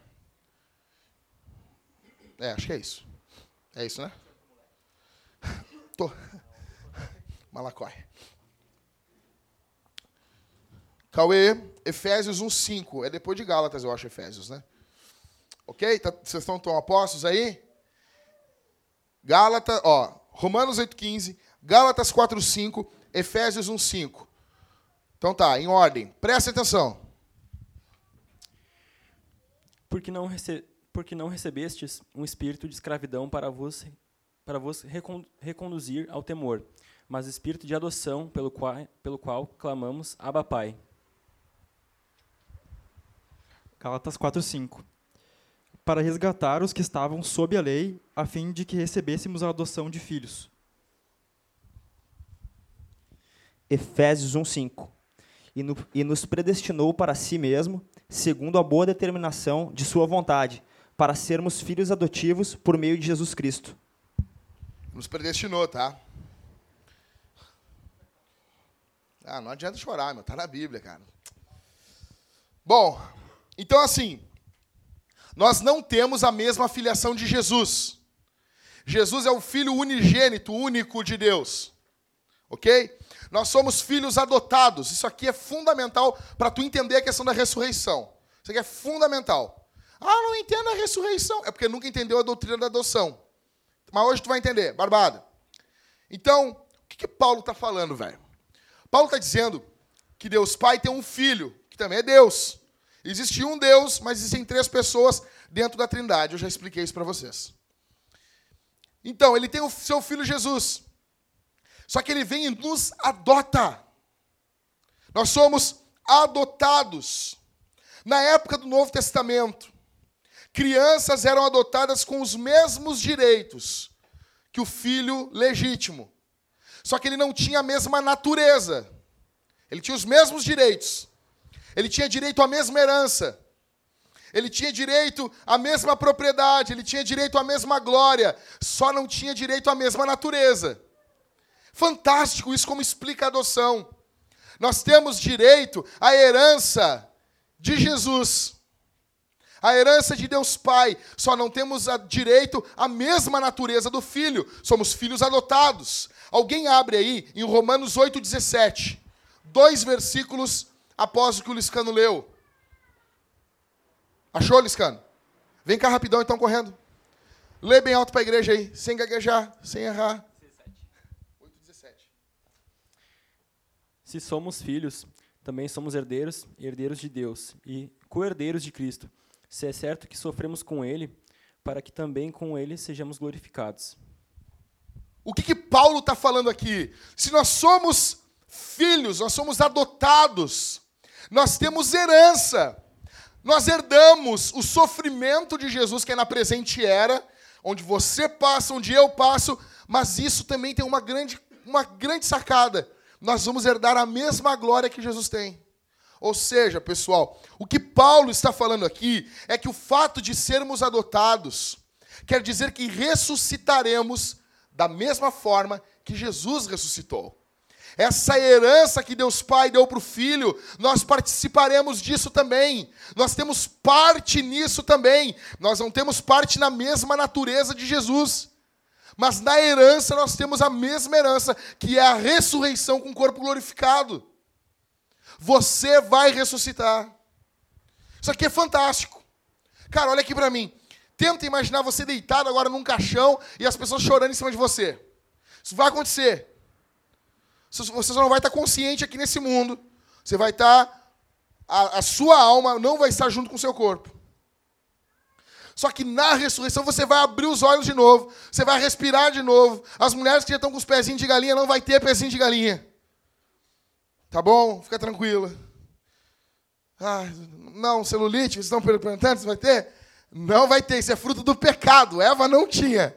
É, acho que é isso. É isso, né? Tô. Malacói. Cauê, Efésios um cinco. É depois de Gálatas, eu acho, Efésios, né? Ok? Tá, vocês estão tão apostos aí? Gálatas, ó, Romanos oito quinze, Gálatas quatro cinco, Efésios um cinco. Então tá, em ordem. Presta atenção. Porque não, rece... Porque não recebestes um espírito de escravidão para vos, para vos recon... reconduzir ao temor, mas espírito de adoção pelo qual, pelo qual clamamos, Abba, Pai. Gálatas quatro cinco. Para resgatar os que estavam sob a lei, a fim de que recebêssemos a adoção de filhos. Efésios um cinco. E, no, e nos predestinou para si mesmo, segundo a boa determinação de sua vontade, para sermos filhos adotivos por meio de Jesus Cristo. Nos predestinou, tá? Ah, não adianta chorar, meu. Tá na Bíblia, cara. Bom, então assim... Nós não temos a mesma filiação de Jesus. Jesus é o Filho unigênito, único de Deus. Ok? Nós somos filhos adotados. Isso aqui é fundamental para tu entender a questão da ressurreição. Isso aqui é fundamental. Ah, não entendo a ressurreição. É porque nunca entendeu a doutrina da adoção. Mas hoje tu vai entender. Barbada. Então, o que, que Paulo está falando, velho? Paulo está dizendo que Deus Pai tem um Filho, que também é Deus. Existe um Deus, mas existem três pessoas dentro da Trindade. Eu já expliquei isso para vocês. Então, ele tem o seu Filho Jesus. Só que ele vem e nos adota. Nós somos adotados. Na época do Novo Testamento, crianças eram adotadas com os mesmos direitos que o filho legítimo. Só que ele não tinha a mesma natureza. Ele tinha os mesmos direitos. Ele tinha direito à mesma herança. Ele tinha direito à mesma propriedade. Ele tinha direito à mesma glória. Só não tinha direito à mesma natureza. Fantástico isso, como explica a adoção. Nós temos direito à herança de Jesus. A herança de Deus Pai. Só não temos a direito à mesma natureza do Filho. Somos filhos adotados. Alguém abre aí em Romanos oito, dezessete. Dois versículos após o que o Liscano leu. Achou, Liscano? Vem cá rapidão, então, correndo. Lê bem alto para a igreja aí, sem gaguejar, sem errar. oito, dezessete. Se somos filhos, também somos herdeiros, herdeiros de Deus e co-herdeiros de Cristo. Se é certo que sofremos com Ele, para que também com Ele sejamos glorificados. O que que Paulo está falando aqui? Se nós somos filhos, nós somos adotados, nós temos herança, nós herdamos o sofrimento de Jesus, que é na presente era, onde você passa, onde eu passo, mas isso também tem uma grande, uma grande sacada. Nós vamos herdar a mesma glória que Jesus tem. Ou seja, pessoal, o que Paulo está falando aqui é que o fato de sermos adotados quer dizer que ressuscitaremos da mesma forma que Jesus ressuscitou. Essa herança que Deus Pai deu para o Filho, nós participaremos disso também. Nós temos parte nisso também. Nós não temos parte na mesma natureza de Jesus. Mas na herança nós temos a mesma herança, que é a ressurreição com o corpo glorificado. Você vai ressuscitar. Isso aqui é fantástico. Cara, olha aqui para mim. Tenta imaginar você deitado agora num caixão e as pessoas chorando em cima de você. Isso vai acontecer. Você só não vai estar consciente aqui nesse mundo. Você vai estar... A, a sua alma não vai estar junto com o seu corpo. Só que na ressurreição você vai abrir os olhos de novo. Você vai respirar de novo. As mulheres que já estão com os pezinhos de galinha não vai ter pezinho de galinha. Tá bom? Fica tranquila. Ah, não, celulite, vocês estão perguntando se vai ter? Não vai ter, isso é fruto do pecado. Eva não tinha.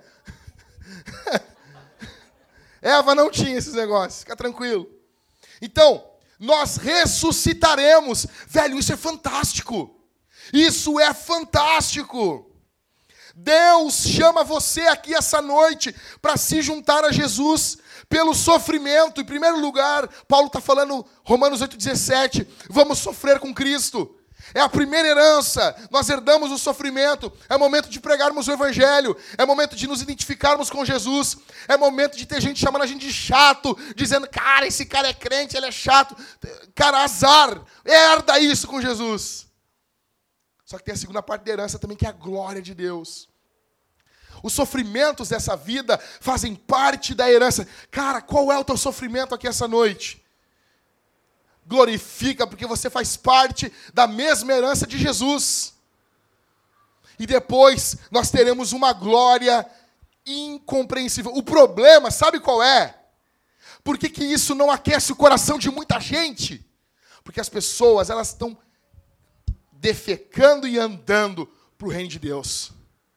Eva não tinha esses negócios, fica tranquilo. Então, nós ressuscitaremos. Velho, isso é fantástico. Isso é fantástico. Deus chama você aqui essa noite para se juntar a Jesus pelo sofrimento. Em primeiro lugar, Paulo está falando, Romanos oito, dezessete, vamos sofrer com Cristo. É a primeira herança, nós herdamos o sofrimento, é momento de pregarmos o Evangelho, é momento de nos identificarmos com Jesus, é momento de ter gente chamando a gente de chato, dizendo, cara, esse cara é crente, ele é chato. Cara, azar, herda isso com Jesus. Só que tem a segunda parte da herança também, que é a glória de Deus. Os sofrimentos dessa vida fazem parte da herança. Cara, qual é o teu sofrimento aqui essa noite? Glorifica, porque você faz parte da mesma herança de Jesus. E depois nós teremos uma glória incompreensível. O problema, sabe qual é? Por que que isso não aquece o coração de muita gente? Porque as pessoas, elas estão defecando e andando para o reino de Deus.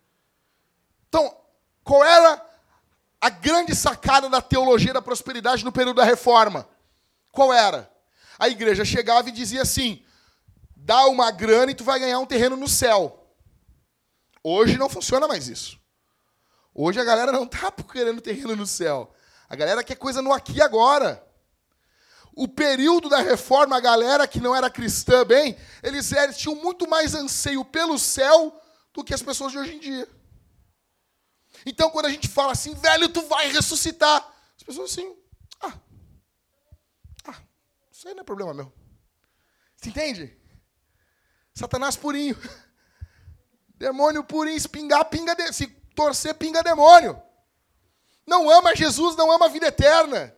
Então, qual era a grande sacada da teologia da prosperidade no período da Reforma? Qual era? A igreja chegava e dizia assim, dá uma grana e tu vai ganhar um terreno no céu. Hoje não funciona mais isso. Hoje a galera não está querendo terreno no céu. A galera quer coisa no aqui e agora. O período da Reforma, a galera que não era cristã bem, eles, eles tinham muito mais anseio pelo céu do que as pessoas de hoje em dia. Então, quando a gente fala assim, velho, tu vai ressuscitar, as pessoas assim, ah, ah, isso aí não é problema meu. Você entende? Satanás purinho. Demônio purinho, se pingar, pinga, de... se torcer, pinga demônio. Não ama Jesus, não ama a vida eterna.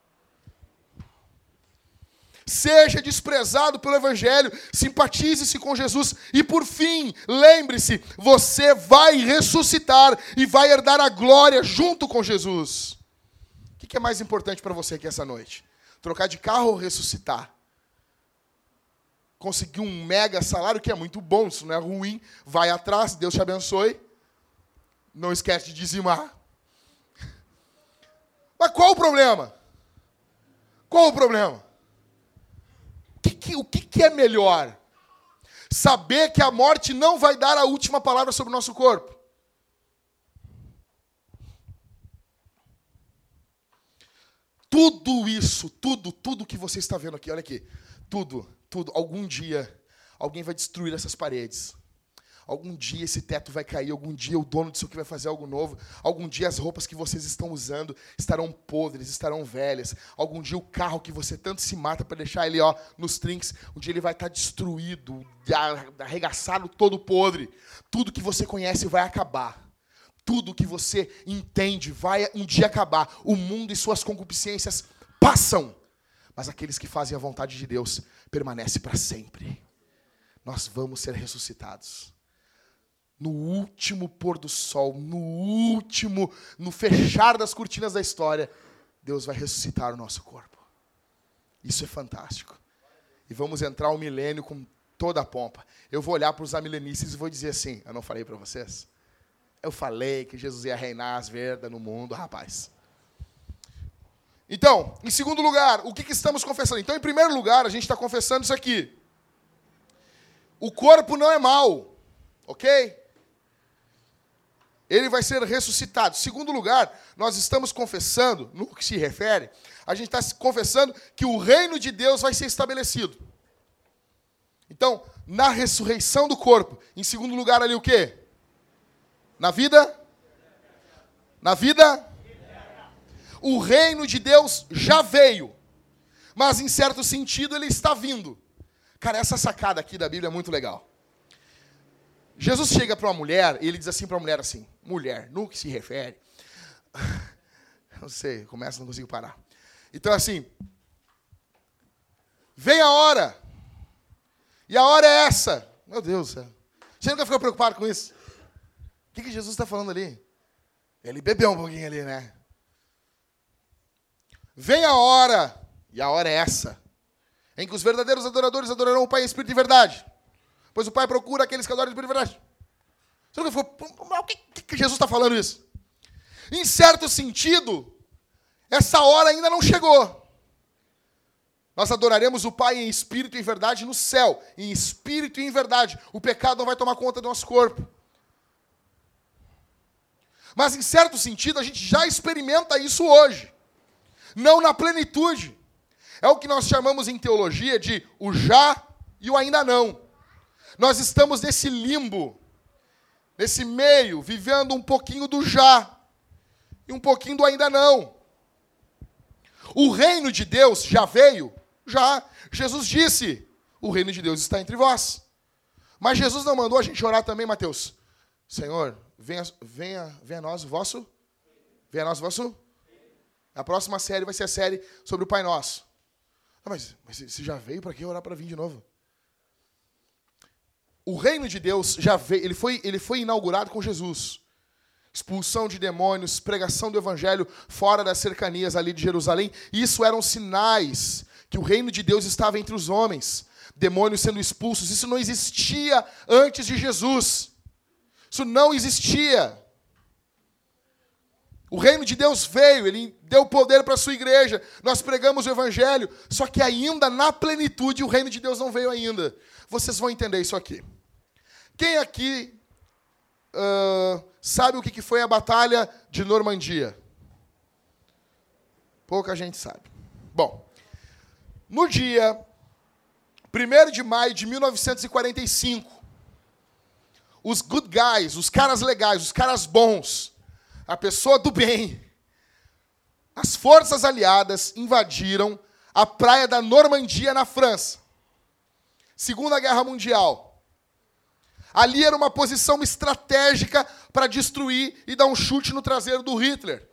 Seja desprezado pelo Evangelho, simpatize-se com Jesus e, por fim, lembre-se, você vai ressuscitar e vai herdar a glória junto com Jesus. O que é mais importante para você aqui essa noite? Trocar de carro ou ressuscitar? Conseguir um mega salário, que é muito bom, isso não é ruim. Vai atrás, Deus te abençoe. Não esquece de dizimar. Mas qual o problema? Qual o problema? O que, que, o que, que é melhor? Saber que a morte não vai dar a última palavra sobre o nosso corpo. Tudo isso, tudo, tudo que você está vendo aqui, olha aqui. Tudo, tudo, algum dia, alguém vai destruir essas paredes. Algum dia esse teto vai cair, algum dia o dono disso aqui vai fazer algo novo. Algum dia as roupas que vocês estão usando estarão podres, estarão velhas. Algum dia o carro que você tanto se mata para deixar ele ó, nos trinques, um dia ele vai estar destruído, arregaçado, todo podre. Tudo que você conhece vai acabar. Tudo que você entende vai um dia acabar. O mundo e suas concupiscências passam. Mas aqueles que fazem a vontade de Deus permanecem para sempre. Nós vamos ser ressuscitados. No último pôr do sol, no último, no fechar das cortinas da história, Deus vai ressuscitar o nosso corpo. Isso é fantástico. E vamos entrar o milênio com toda a pompa. Eu vou olhar para os amilenices e vou dizer assim, eu não falei para vocês? Eu falei que Jesus ia reinar as verdas no mundo, rapaz. Então, em segundo lugar, o que, que estamos confessando? Então, em primeiro lugar, a gente está confessando isso aqui. O corpo não é mau, ok? Ele vai ser ressuscitado. Segundo lugar, nós estamos confessando, no que se refere, a gente está confessando que o reino de Deus vai ser estabelecido. Então, na ressurreição do corpo, em segundo lugar ali o quê? Na vida? Na vida? O reino de Deus já veio, mas em certo sentido ele está vindo. Cara, essa sacada aqui da Bíblia é muito legal. Jesus chega para uma mulher e ele diz assim para a mulher assim, mulher, no que se refere, não sei, começa, não consigo parar. Então assim, vem a hora, e a hora é essa. Meu Deus do céu, você nunca ficou preocupado com isso? O que, que Jesus está falando ali? Ele bebeu um pouquinho ali, né? Vem a hora, e a hora é essa, em que os verdadeiros adoradores adorarão o Pai em espírito e verdade. Pois o Pai procura aqueles que adoram em espírito e verdade. Você nunca ficou, mas o que, que Jesus está falando isso? Em certo sentido, essa hora ainda não chegou. Nós adoraremos o Pai em espírito e em verdade no céu. Em espírito e em verdade. O pecado não vai tomar conta do nosso corpo. Mas, em certo sentido, a gente já experimenta isso hoje. Não na plenitude. É o que nós chamamos em teologia de o já e o ainda não. Nós estamos nesse limbo, nesse meio, vivendo um pouquinho do já e um pouquinho do ainda não. O reino de Deus já veio? Já. Jesus disse, o reino de Deus está entre vós. Mas Jesus não mandou a gente orar também, Mateus? Senhor, venha, venha, venha a nós o vosso... Venha a nós o vosso... A próxima série vai ser a série sobre o Pai Nosso. Ah, mas, mas se já veio, para que orar para vir de novo? O reino de Deus já veio, ele foi, ele foi inaugurado com Jesus. Expulsão de demônios, pregação do evangelho fora das cercanias ali de Jerusalém. Isso eram sinais que o reino de Deus estava entre os homens. Demônios sendo expulsos. Isso não existia antes de Jesus. Isso não existia. O reino de Deus veio, ele deu poder para a sua igreja. Nós pregamos o evangelho, só que ainda na plenitude o reino de Deus não veio ainda. Vocês vão entender isso aqui. Quem aqui uh, sabe o que foi a Batalha de Normandia? Pouca gente sabe. Bom, no dia primeiro de maio de mil novecentos e quarenta e cinco, os good guys, os caras legais, os caras bons, a pessoa do bem, as forças aliadas invadiram a praia da Normandia, na França. Segunda Guerra Mundial. Ali era uma posição estratégica para destruir e dar um chute no traseiro do Hitler.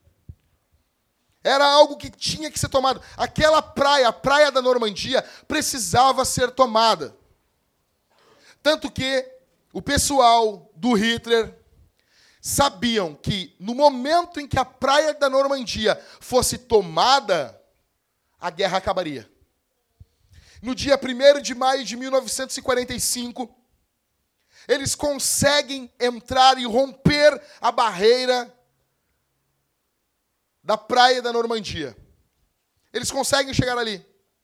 Era algo que tinha que ser tomado. Aquela praia, a praia da Normandia, precisava ser tomada. Tanto que o pessoal do Hitler sabiam que no momento em que a praia da Normandia fosse tomada, a guerra acabaria. No dia primeiro de maio de mil novecentos e quarenta e cinco, eles conseguem entrar e romper a barreira da praia da Normandia. Eles conseguem chegar ali.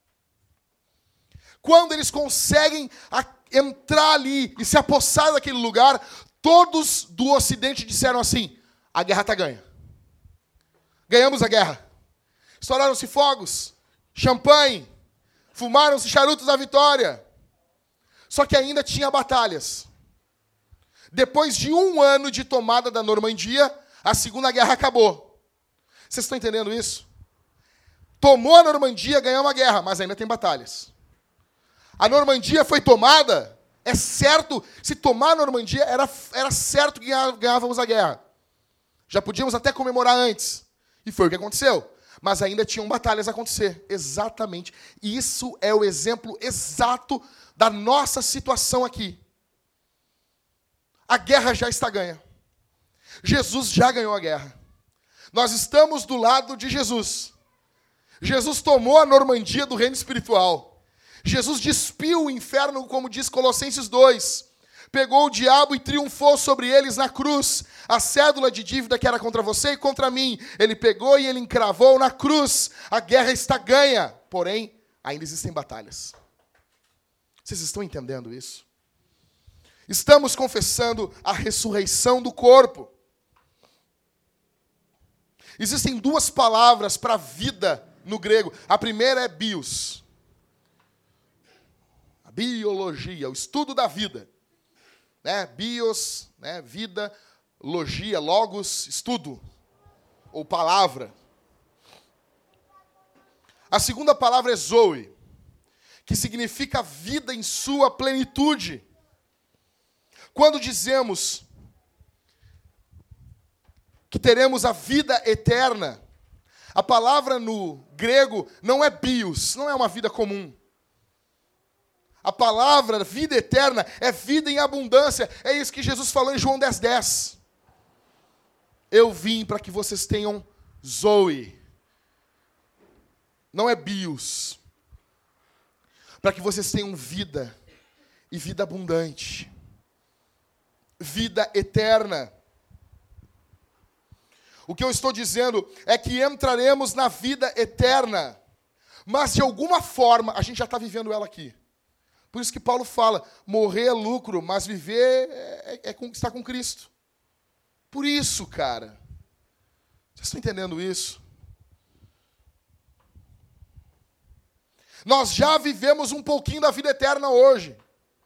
Quando eles conseguem a, entrar ali e se apossar daquele lugar, todos do Ocidente disseram assim: a guerra está ganha. Ganhamos a guerra. Estouraram-se fogos, champanhe, fumaram-se charutos da vitória. Só que ainda tinha batalhas. Depois de um ano de tomada da Normandia, a Segunda Guerra acabou. Vocês estão entendendo isso? Tomou a Normandia, ganhamos a guerra, mas ainda tem batalhas. A Normandia foi tomada, é certo, se tomar a Normandia, era, era certo que ganhávamos a guerra. Já podíamos até comemorar antes. E foi o que aconteceu. Mas ainda tinham batalhas a acontecer. Exatamente. E isso é o exemplo exato da nossa situação aqui. A guerra já está ganha. Jesus já ganhou a guerra. Nós estamos do lado de Jesus. Jesus tomou a Normandia do reino espiritual. Jesus despiu o inferno, como diz Colossenses dois. Pegou o diabo e triunfou sobre eles na cruz. A cédula de dívida que era contra você e contra mim, ele pegou e ele encravou na cruz. A guerra está ganha. Porém, ainda existem batalhas. Vocês estão entendendo isso? Estamos confessando a ressurreição do corpo. Existem duas palavras para vida no grego. A primeira é bios. A biologia, o estudo da vida. Né? Bios, né? Vida, logia, logos, estudo. Ou palavra. A segunda palavra é zoe, que significa vida em sua plenitude. Quando dizemos que teremos a vida eterna, a palavra no grego não é bios, não é uma vida comum. A palavra vida eterna é vida em abundância. É isso que Jesus falou em João dez, dez. Eu vim para que vocês tenham zoe. Não é bios. Para que vocês tenham vida. E vida abundante. Vida eterna. O que eu estou dizendo é que entraremos na vida eterna. Mas de alguma forma, a gente já está vivendo ela aqui. Por isso que Paulo fala, morrer é lucro, mas viver é, é, é estar com Cristo. Por isso, cara. Vocês estão entendendo isso? Nós já vivemos um pouquinho da vida eterna hoje.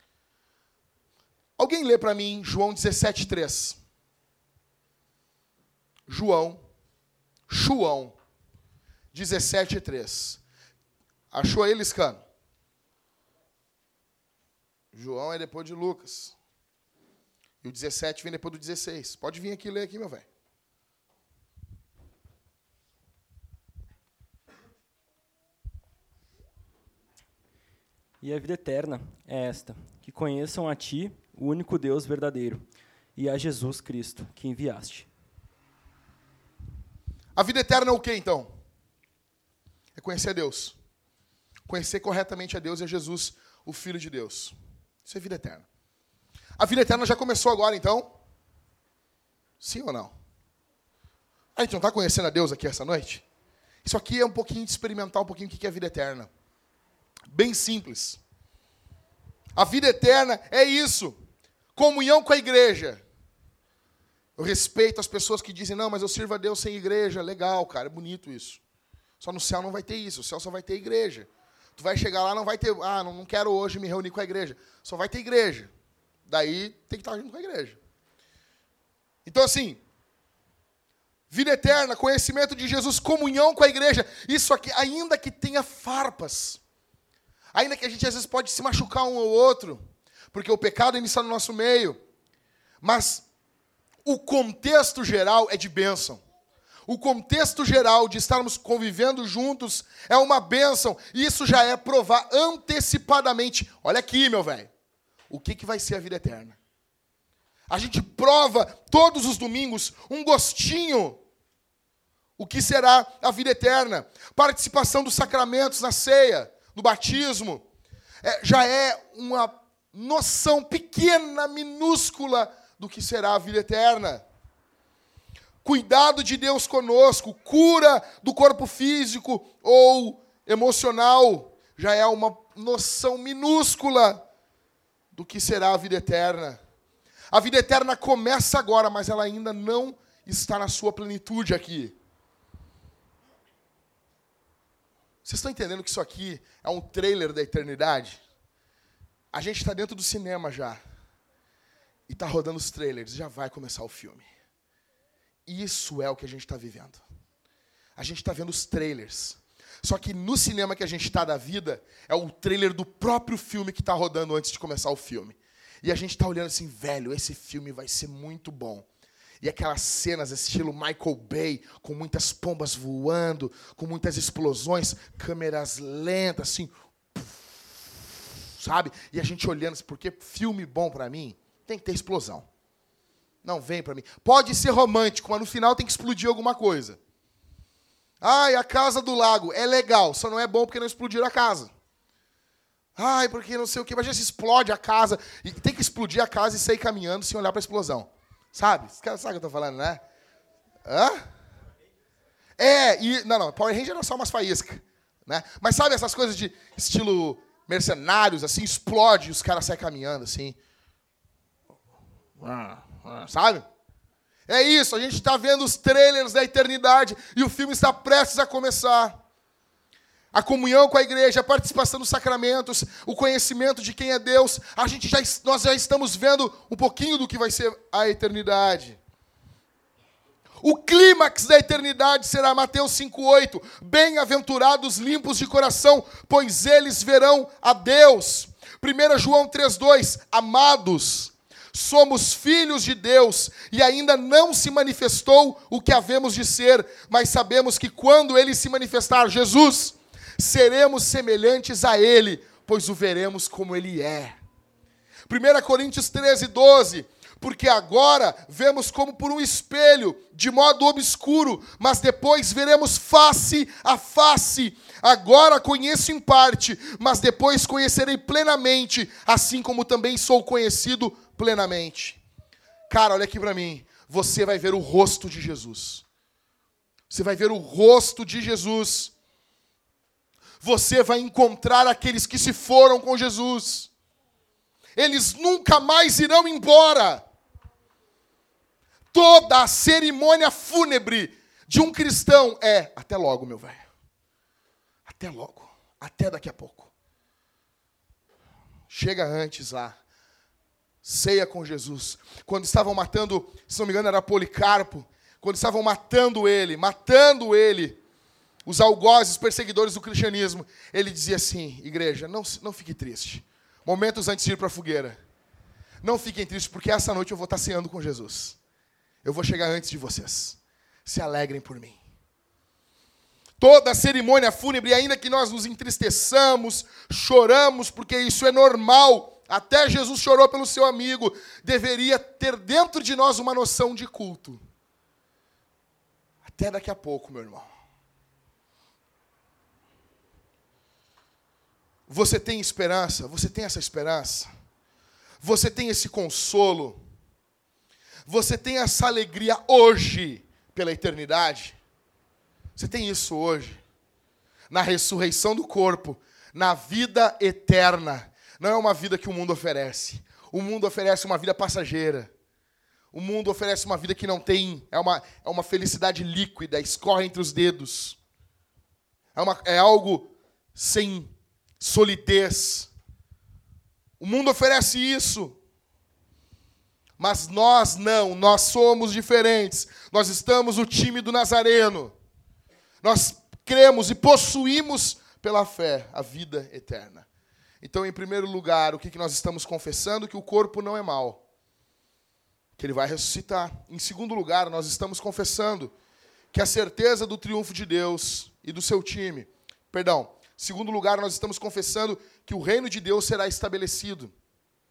Alguém lê para mim João dezessete, três. João, João, dezessete, três. Achou aí, Liscano? João é depois de Lucas. E o dezessete vem depois do dezesseis. Pode vir aqui ler aqui, meu velho. E a vida eterna é esta, que conheçam a Ti, o único Deus verdadeiro, e a Jesus Cristo, que enviaste. A vida eterna é o quê, então? É conhecer a Deus. Conhecer corretamente a Deus e a Jesus, o Filho de Deus. Isso é vida eterna. A vida eterna já começou agora, então? Sim ou não? A gente não está conhecendo a Deus aqui essa noite? Isso aqui é um pouquinho de experimentar um pouquinho o que é a vida eterna. Bem simples. A vida eterna é isso. Comunhão com a igreja. Eu respeito as pessoas que dizem, não, mas eu sirvo a Deus sem igreja. Legal, cara, é bonito isso. Só no céu não vai ter isso. O céu só vai ter igreja. Tu vai chegar lá, não vai ter... Ah, não, não quero hoje me reunir com a igreja. Só vai ter igreja. Daí tem que estar junto com a igreja. Então, assim... Vida eterna, conhecimento de Jesus, comunhão com a igreja. Isso aqui, ainda que tenha farpas. Ainda que a gente, às vezes, pode se machucar um ou outro. Porque o pecado ainda está no nosso meio. Mas... o contexto geral é de bênção. O contexto geral de estarmos convivendo juntos é uma bênção. E isso já é provar antecipadamente. Olha aqui, meu velho. O que, que vai ser a vida eterna? A gente prova todos os domingos um gostinho. O que será a vida eterna? Participação dos sacramentos na ceia, no batismo, é, já é uma noção pequena, minúscula do que será a vida eterna. Cuidado de Deus conosco, cura do corpo físico ou emocional, já é uma noção minúscula do que será a vida eterna. A vida eterna começa agora, mas ela ainda não está na sua plenitude aqui. Vocês estão entendendo que isso aqui é um trailer da eternidade? A gente está dentro do cinema já. E está rodando os trailers, já vai começar o filme. Isso é o que a gente está vivendo. A gente está vendo os trailers. Só que no cinema que a gente está da vida, é o trailer do próprio filme que está rodando antes de começar o filme. E a gente está olhando assim, velho, esse filme vai ser muito bom. E aquelas cenas, estilo Michael Bay, com muitas pombas voando, com muitas explosões, câmeras lentas, assim, sabe? E a gente olhando assim, porque filme bom para mim tem que ter explosão. Não vem para mim. Pode ser romântico, mas no final tem que explodir alguma coisa. Ai, a Casa do Lago é legal, só não é bom porque não explodiram a casa. Ai, porque não sei o quê, mas já se explode a casa. E tem que explodir a casa e sair caminhando sem olhar para a explosão. Sabe? Sabe o que eu estou falando, né? Hã? É, e... Não, não, Power Ranger era só umas faíscas. Né? Mas sabe essas coisas de estilo mercenários, assim, explode e os caras saem caminhando, assim. Sabe? É isso, a gente está vendo os trailers da eternidade e o filme está prestes a começar. A comunhão com a igreja, a participação dos sacramentos, o conhecimento de quem é Deus, a gente já, nós já estamos vendo um pouquinho do que vai ser a eternidade. O clímax da eternidade será Mateus cinco, oito. Bem-aventurados limpos de coração, pois eles verão a Deus. primeiro João três, dois. Amados, somos filhos de Deus e ainda não se manifestou o que havemos de ser, mas sabemos que quando Ele se manifestar, Jesus, seremos semelhantes a Ele, pois o veremos como Ele é. primeiro Coríntios treze, doze. Porque agora vemos como por um espelho, de modo obscuro, mas depois veremos face a face. Agora conheço em parte, mas depois conhecerei plenamente, assim como também sou conhecido plenamente. Cara, olha aqui para mim. Você vai ver o rosto de Jesus. Você vai ver o rosto de Jesus. Você vai encontrar aqueles que se foram com Jesus. Eles nunca mais irão embora. Toda a cerimônia fúnebre de um cristão é até logo, meu velho. Até logo. Até daqui a pouco. Chega antes lá. Ceia com Jesus. Quando estavam matando, se não me engano era Policarpo, quando estavam matando ele, matando ele, os algozes, perseguidores do cristianismo, ele dizia assim, igreja, não, não fique triste. Momentos antes de ir para a fogueira. Não fiquem tristes, porque essa noite eu vou estar ceando com Jesus. Eu vou chegar antes de vocês. Se alegrem por mim. Toda a cerimônia fúnebre, ainda que nós nos entristeçamos, choramos, porque isso é normal, até Jesus chorou pelo seu amigo, deveria ter dentro de nós uma noção de culto. Até daqui a pouco, meu irmão. Você tem esperança? Você tem essa esperança? Você tem esse consolo? Você tem essa alegria hoje pela eternidade? Você tem isso hoje? Na ressurreição do corpo, na vida eterna. Não é uma vida que o mundo oferece. O mundo oferece uma vida passageira. O mundo oferece uma vida que não tem, é uma, é uma felicidade líquida, escorre entre os dedos. É, uma, é algo sem solidez. O mundo oferece isso. Mas nós não, nós somos diferentes. Nós estamos no time do Nazareno. Nós cremos e possuímos pela fé a vida eterna. Então, em primeiro lugar, o que nós estamos confessando? Que o corpo não é mau. Que ele vai ressuscitar. Em segundo lugar, nós estamos confessando que a certeza do triunfo de Deus e do seu time. Perdão. Em segundo lugar, nós estamos confessando que o reino de Deus será estabelecido.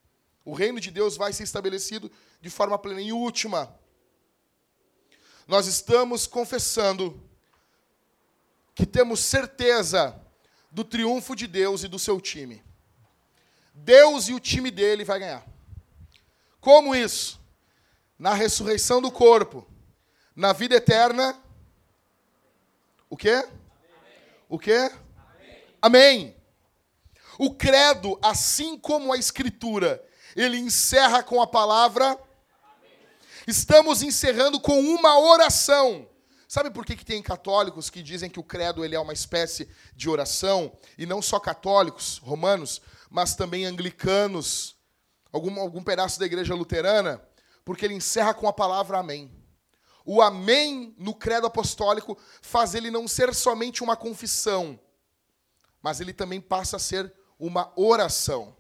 O reino de Deus vai ser estabelecido de forma plena. E última, nós estamos confessando que temos certeza do triunfo de Deus e do seu time. Deus e o time dele vai ganhar. Como isso? Na ressurreição do corpo, na vida eterna. O quê? Amém. O quê? Amém. Amém. O credo, assim como a escritura, ele encerra com a palavra. Amém. Estamos encerrando com uma oração. Sabe por que, que tem católicos que dizem que o credo ele é uma espécie de oração? E não só católicos, romanos, mas também anglicanos, algum, algum pedaço da igreja luterana, porque ele encerra com a palavra amém. O amém no credo apostólico faz ele não ser somente uma confissão, mas ele também passa a ser uma oração.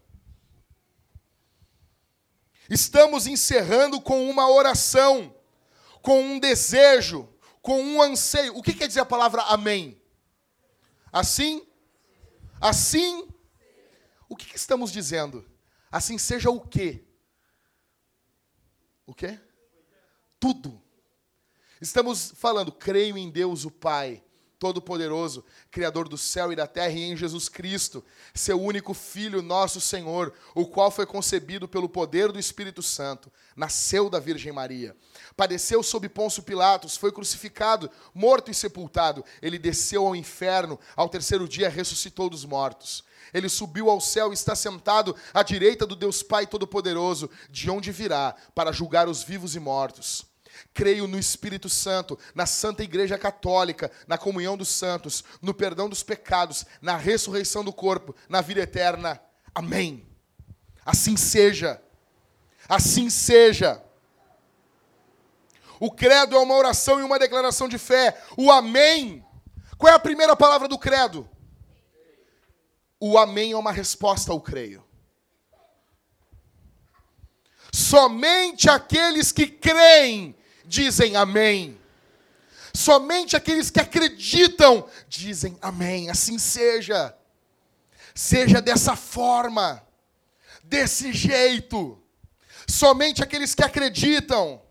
Estamos encerrando com uma oração, com um desejo, com um anseio. O que quer dizer a palavra amém? Assim? Assim? O que estamos dizendo? Assim seja o quê? O quê? Tudo. Estamos falando, creio em Deus o Pai, Todo-Poderoso, Criador do céu e da terra, e em Jesus Cristo, seu único Filho, nosso Senhor, o qual foi concebido pelo poder do Espírito Santo, nasceu da Virgem Maria, padeceu sob Pôncio Pilatos, foi crucificado, morto e sepultado, ele desceu ao inferno, ao terceiro dia ressuscitou dos mortos. Ele subiu ao céu e está sentado à direita do Deus Pai Todo-Poderoso, de onde virá para julgar os vivos e mortos. Creio no Espírito Santo, na Santa Igreja Católica, na comunhão dos santos, no perdão dos pecados, na ressurreição do corpo, na vida eterna. Amém. Assim seja. Assim seja. O credo é uma oração e uma declaração de fé. O amém. Qual é a primeira palavra do credo? O amém é uma resposta ao creio. Somente aqueles que creem dizem amém. Somente aqueles que acreditam dizem amém. Assim seja. Seja dessa forma. Desse jeito. Somente aqueles que acreditam.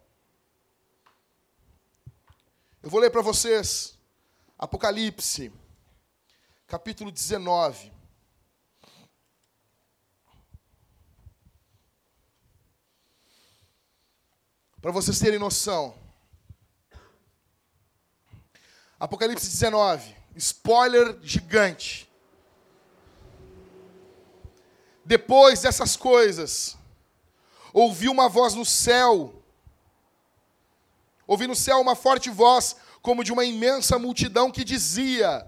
Eu vou ler para vocês. Apocalipse, capítulo dezenove. Para vocês terem noção. Apocalipse dezenove. Spoiler gigante. Depois dessas coisas, ouvi uma voz no céu. Ouvi no céu uma forte voz, como de uma imensa multidão que dizia: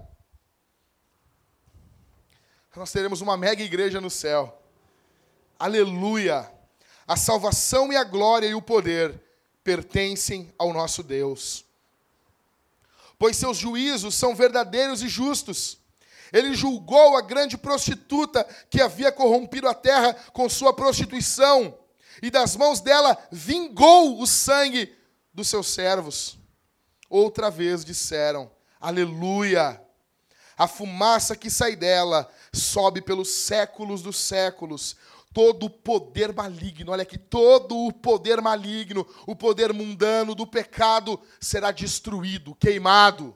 nós teremos uma mega igreja no céu. Aleluia! A salvação e a glória e o poder pertencem ao nosso Deus. Pois seus juízos são verdadeiros e justos. Ele julgou a grande prostituta que havia corrompido a terra com sua prostituição, e das mãos dela vingou o sangue dos seus servos. Outra vez disseram: aleluia! A fumaça que sai dela sobe pelos séculos dos séculos. Todo o poder maligno, olha aqui, todo o poder maligno, o poder mundano do pecado será destruído, queimado.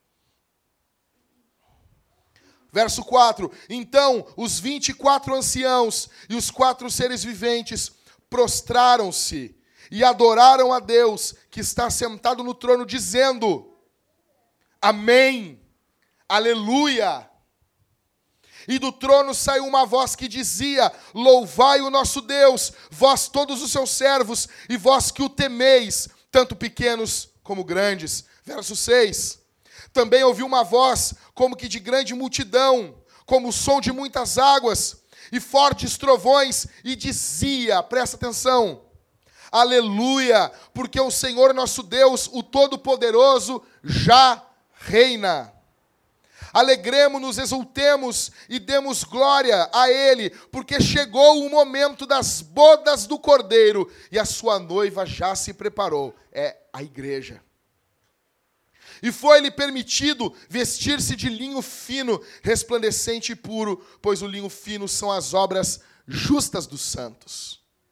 Verso quatro. Então os vinte e quatro anciãos e os quatro seres viventes prostraram-se e adoraram a Deus que está sentado no trono, dizendo: amém, aleluia. E do trono saiu uma voz que dizia: louvai o nosso Deus, vós todos os seus servos, e vós que o temeis, tanto pequenos como grandes. Verso seis. Também ouvi uma voz como que de grande multidão, como o som de muitas águas, e fortes trovões, e dizia, presta atenção: aleluia, porque o Senhor nosso Deus, o Todo-Poderoso, já reina. Alegremo-nos, exultemos e demos glória a Ele, porque chegou o momento das bodas do Cordeiro e a sua noiva já se preparou. É a igreja. E foi-lhe permitido vestir-se de linho fino, resplandecente e puro, pois o linho fino são as obras justas dos santos.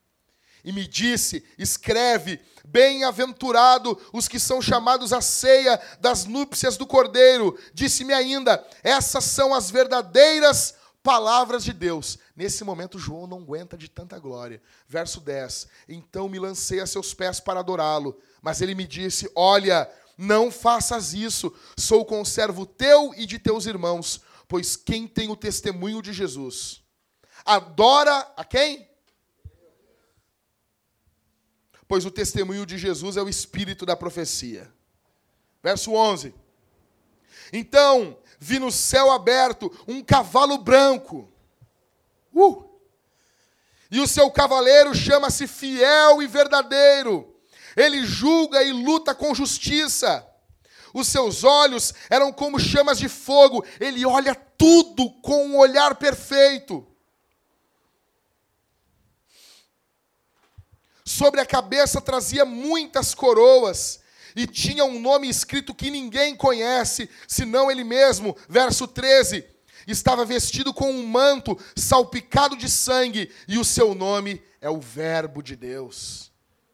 E me disse, escreve, bem-aventurado os que são chamados à ceia das núpcias do Cordeiro. Disse-me ainda, essas são as verdadeiras palavras de Deus. Nesse momento, João não aguenta de tanta glória. Verso dez, então me lancei a seus pés para adorá-lo. Mas ele me disse, olha, não faças isso, sou conservo teu e de teus irmãos, pois quem tem o testemunho de Jesus, adora a quem? Pois o testemunho de Jesus é o espírito da profecia. Verso onze. Então, vi no céu aberto um cavalo branco. Uh! E o seu cavaleiro chama-se Fiel e Verdadeiro. Ele julga e luta com justiça. Os seus olhos eram como chamas de fogo. Ele olha tudo com um olhar perfeito. Sobre a cabeça trazia muitas coroas e tinha um nome escrito que ninguém conhece, senão ele mesmo. Verso treze. Estava vestido com um manto salpicado de sangue e o seu nome é o Verbo de Deus.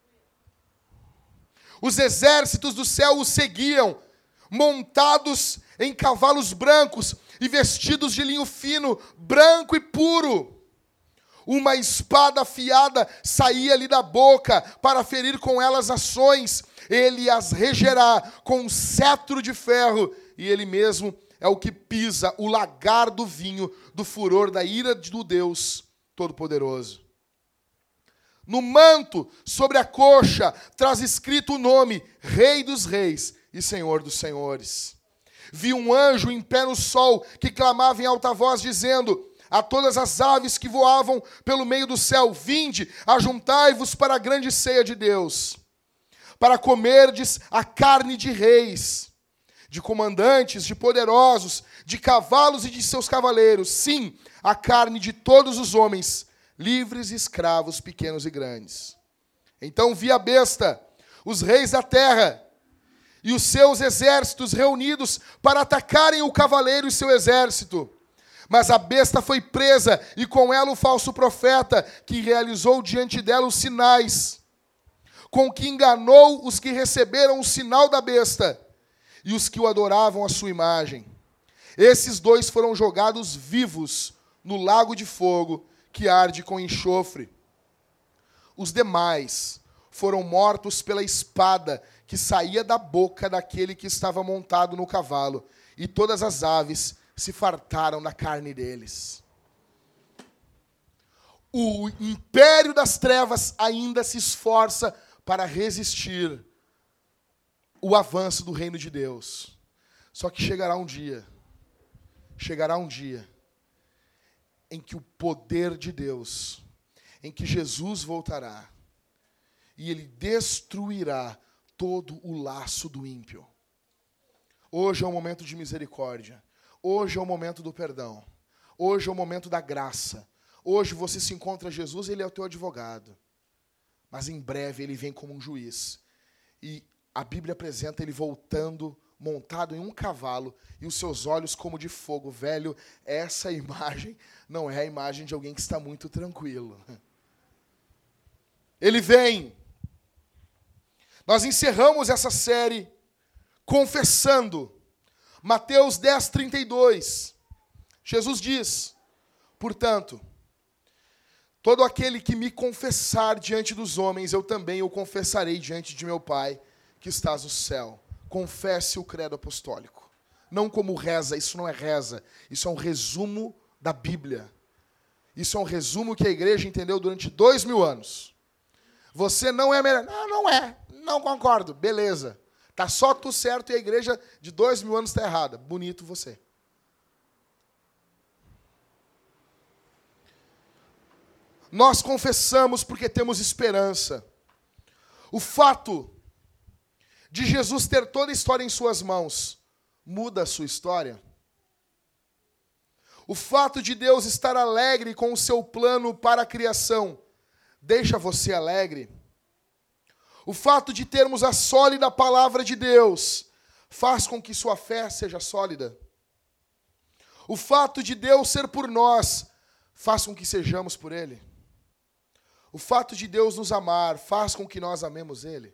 Os exércitos do céu o seguiam, montados em cavalos brancos e vestidos de linho fino, branco e puro. Uma espada afiada saía-lhe da boca para ferir com elas ações. Ele as regerá com um cetro de ferro, e ele mesmo é o que pisa o lagar do vinho do furor da ira do Deus Todo-Poderoso. No manto, sobre a coxa, traz escrito o nome Rei dos Reis e Senhor dos Senhores. Vi um anjo em pé no sol que clamava em alta voz, dizendo a todas as aves que voavam pelo meio do céu, vinde, ajuntai-vos para a grande ceia de Deus, para comerdes a carne de reis, de comandantes, de poderosos, de cavalos e de seus cavaleiros, sim, a carne de todos os homens, livres e escravos, pequenos e grandes. Então vi a besta, os reis da terra e os seus exércitos reunidos para atacarem o cavaleiro e seu exército. Mas a besta foi presa, e com ela o falso profeta, que realizou diante dela os sinais, com que enganou os que receberam o sinal da besta, e os que o adoravam a sua imagem. Esses dois foram jogados vivos no lago de fogo, que arde com enxofre. Os demais foram mortos pela espada que saía da boca daquele que estava montado no cavalo, e todas as aves se fartaram da carne deles. O império das trevas ainda se esforça para resistir o avanço do reino de Deus. Só que chegará um dia, chegará um dia, em que o poder de Deus, em que Jesus voltará, e ele destruirá todo o laço do ímpio. Hoje é um momento de misericórdia. Hoje é o momento do perdão. Hoje é o momento da graça. Hoje você se encontra Jesus e ele é o teu advogado. Mas em breve ele vem como um juiz. E a Bíblia apresenta ele voltando, montado em um cavalo, e os seus olhos como de fogo. Velho, essa imagem não é a imagem de alguém que está muito tranquilo. Ele vem. Nós encerramos essa série confessando Mateus dez, trinta e dois. Jesus diz, portanto, todo aquele que me confessar diante dos homens, eu também o confessarei diante de meu Pai, que estás no céu. Confesse o credo apostólico. Não como reza, isso não é reza. Isso é um resumo da Bíblia. Isso é um resumo que a igreja entendeu durante dois mil anos. Você não é melhor. Não, não é. Não concordo. Beleza. Tá só tu certo e a igreja de dois mil anos está errada. Bonito você. Nós confessamos porque temos esperança. O fato de Jesus ter toda a história em suas mãos muda a sua história. O fato de Deus estar alegre com o seu plano para a criação deixa você alegre. O fato de termos a sólida palavra de Deus faz com que sua fé seja sólida. O fato de Deus ser por nós faz com que sejamos por Ele. O fato de Deus nos amar faz com que nós amemos Ele?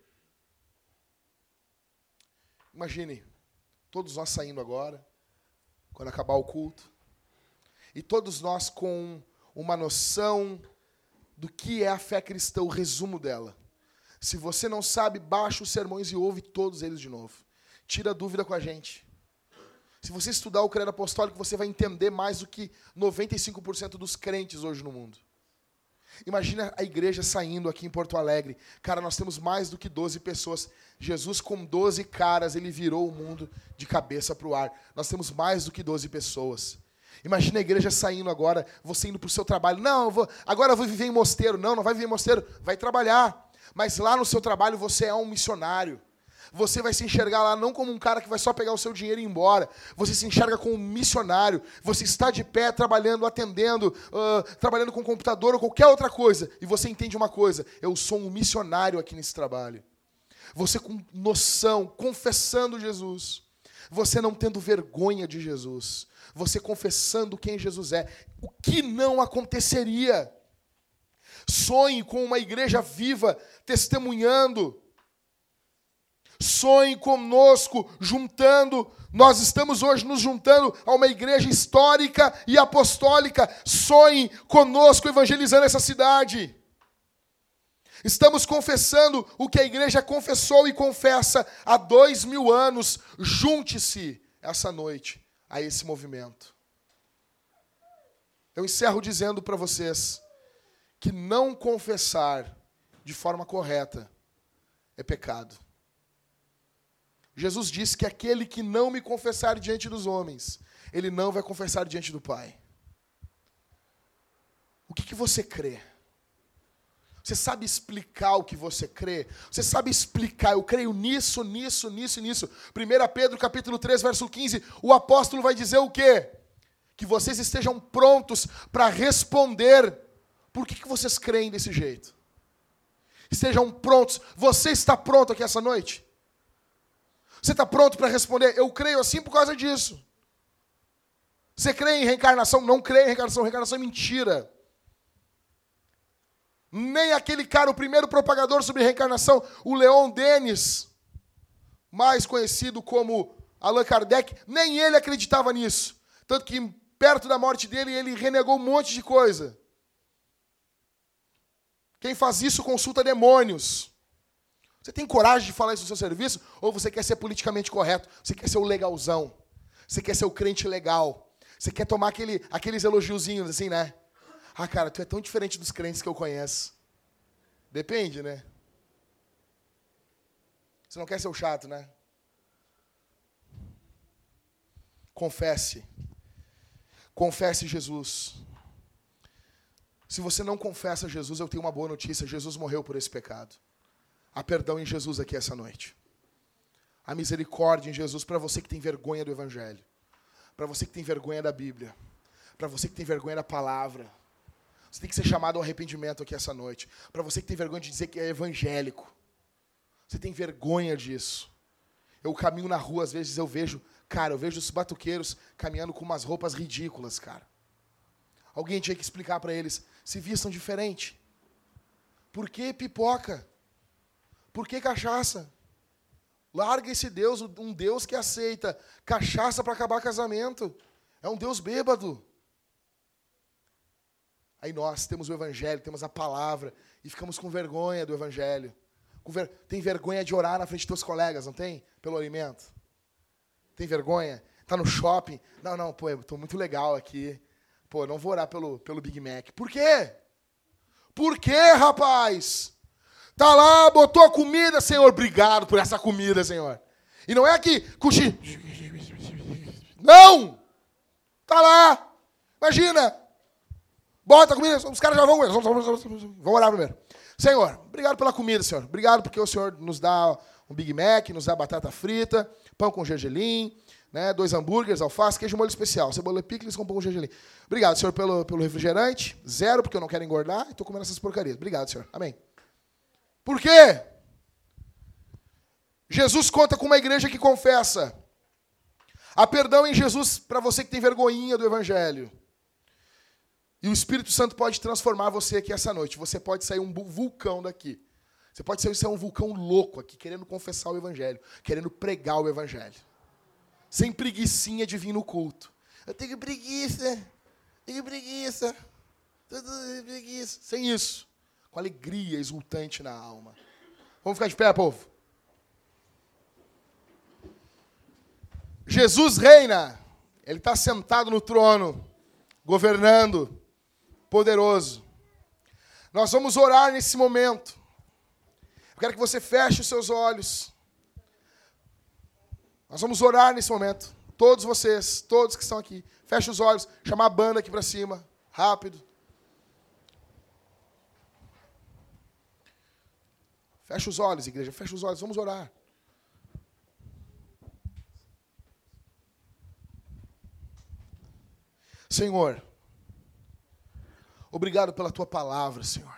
Imagine, todos nós saindo agora, quando acabar o culto, e todos nós com uma noção do que é a fé cristã, o resumo dela. Se você não sabe, baixa os sermões e ouve todos eles de novo. Tira a dúvida com a gente. Se você estudar o credo apostólico, você vai entender mais do que noventa e cinco por cento dos crentes hoje no mundo. Imagina a igreja saindo aqui em Porto Alegre. Cara, nós temos mais do que doze pessoas. Jesus, com doze caras, ele virou o mundo de cabeça para o ar. Nós temos mais do que doze pessoas. Imagina a igreja saindo agora, você indo para o seu trabalho. Não, eu vou, agora eu vou viver em mosteiro. Não, não vai viver em mosteiro, vai trabalhar. Mas lá no seu trabalho você é um missionário. Você vai se enxergar lá não como um cara que vai só pegar o seu dinheiro e ir embora. Você se enxerga como um missionário. Você está de pé, trabalhando, atendendo, uh, trabalhando com computador ou qualquer outra coisa. E você entende uma coisa, eu sou um missionário aqui nesse trabalho. Você com noção, confessando Jesus. Você não tendo vergonha de Jesus. Você confessando quem Jesus é. O que não aconteceria? Sonhe com uma igreja viva, testemunhando. Sonhe conosco, juntando. Nós estamos hoje nos juntando a uma igreja histórica e apostólica. Sonhe conosco, evangelizando essa cidade. Estamos confessando o que a igreja confessou e confessa há dois mil anos. Junte-se essa noite a esse movimento. Eu encerro dizendo para vocês que não confessar de forma correta é pecado. Jesus disse que aquele que não me confessar diante dos homens, ele não vai confessar diante do Pai. O que, que você crê? Você sabe explicar o que você crê? Você sabe explicar, eu creio nisso, nisso, nisso e nisso. primeira Pedro, capítulo três, verso quinze, o apóstolo vai dizer o quê? Que vocês estejam prontos para responder. Por que, que vocês creem desse jeito? Estejam prontos. Você está pronto aqui essa noite? Você está pronto para responder? Eu creio assim por causa disso. Você crê em reencarnação? Não crê em reencarnação. Reencarnação é mentira. Nem aquele cara, o primeiro propagador sobre reencarnação, o Leon Denis, mais conhecido como Allan Kardec, nem ele acreditava nisso. Tanto que perto da morte dele, ele renegou um monte de coisa. Quem faz isso consulta demônios. Você tem coragem de falar isso no seu serviço? Ou você quer ser politicamente correto? Você quer ser o legalzão? Você quer ser o crente legal? Você quer tomar aquele, aqueles elogiozinhos assim, né? Ah, cara, tu é tão diferente dos crentes que eu conheço. Depende, né? Você não quer ser o chato, né? Confesse. Confesse Jesus. Se você não confessa Jesus, eu tenho uma boa notícia. Jesus morreu por esse pecado. Há perdão em Jesus aqui essa noite. Há misericórdia em Jesus para você que tem vergonha do Evangelho. Para você que tem vergonha da Bíblia. Para você que tem vergonha da palavra. Você tem que ser chamado ao arrependimento aqui essa noite. Para você que tem vergonha de dizer que é evangélico. Você tem vergonha disso. Eu caminho na rua, às vezes eu vejo, cara, eu vejo os batuqueiros caminhando com umas roupas ridículas, cara. Alguém tinha que explicar para eles, se vistam diferente. Por que pipoca? Por que cachaça? Larga esse Deus, um Deus que aceita cachaça para acabar casamento. É um Deus bêbado. Aí nós temos o Evangelho, temos a palavra, e ficamos com vergonha do Evangelho. Com ver... Tem vergonha de orar na frente dos teus colegas, não tem? Pelo alimento. Tem vergonha? Tá no shopping? Não, não, pô, eu tô muito legal aqui. Pô, não vou orar pelo, pelo Big Mac. Por quê? Por quê, rapaz? Tá lá, botou a comida, Senhor. Obrigado por essa comida, Senhor. E não é aqui, cuxi. Não! Tá lá. Imagina. Bota a comida, os caras já vão. Vamos orar primeiro. Senhor, obrigado pela comida, Senhor. Obrigado porque o Senhor nos dá um Big Mac, nos dá batata frita, pão com gergelim, né, dois hambúrgueres, alface, queijo molho especial, cebola e picles com pão com gergelim. Obrigado, Senhor, pelo, pelo refrigerante. Zero, porque eu não quero engordar e estou comendo essas porcarias. Obrigado, Senhor. Amém. Por quê? Jesus conta com uma igreja que confessa. Há perdão em Jesus para você que tem vergonhinha do Evangelho. E o Espírito Santo pode transformar você aqui essa noite. Você pode sair um vulcão daqui. Você pode sair um vulcão louco aqui, querendo confessar o Evangelho, querendo pregar o Evangelho. Sem preguicinha de vir no culto. Eu tenho preguiça, tenho preguiça, tenho preguiça. Sem isso. Com alegria exultante na alma. Vamos ficar de pé, povo? Jesus reina. Ele está sentado no trono, governando, poderoso. Nós vamos orar nesse momento. Eu quero que você feche os seus olhos. Nós vamos orar nesse momento. Todos vocês, todos que estão aqui, feche os olhos, chamar a banda aqui para cima, rápido. Feche os olhos, igreja, feche os olhos, vamos orar. Senhor, obrigado pela tua palavra, Senhor.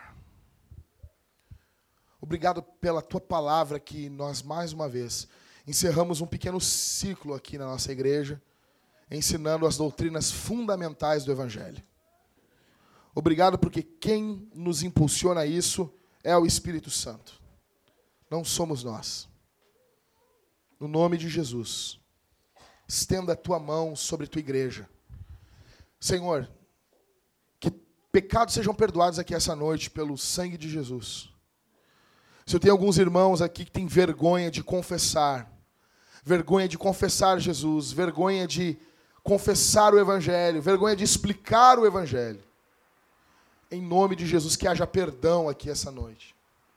Obrigado pela tua palavra que nós, mais uma vez, encerramos um pequeno ciclo aqui na nossa igreja, ensinando as doutrinas fundamentais do Evangelho. Obrigado porque quem nos impulsiona a isso é o Espírito Santo. Não somos nós. No nome de Jesus, estenda a tua mão sobre a tua igreja. Senhor, que pecados sejam perdoados aqui essa noite pelo sangue de Jesus. Se eu tenho alguns irmãos aqui que têm vergonha de confessar, vergonha de confessar Jesus, vergonha de confessar o Evangelho, vergonha de explicar o Evangelho, em nome de Jesus, que haja perdão aqui essa noite.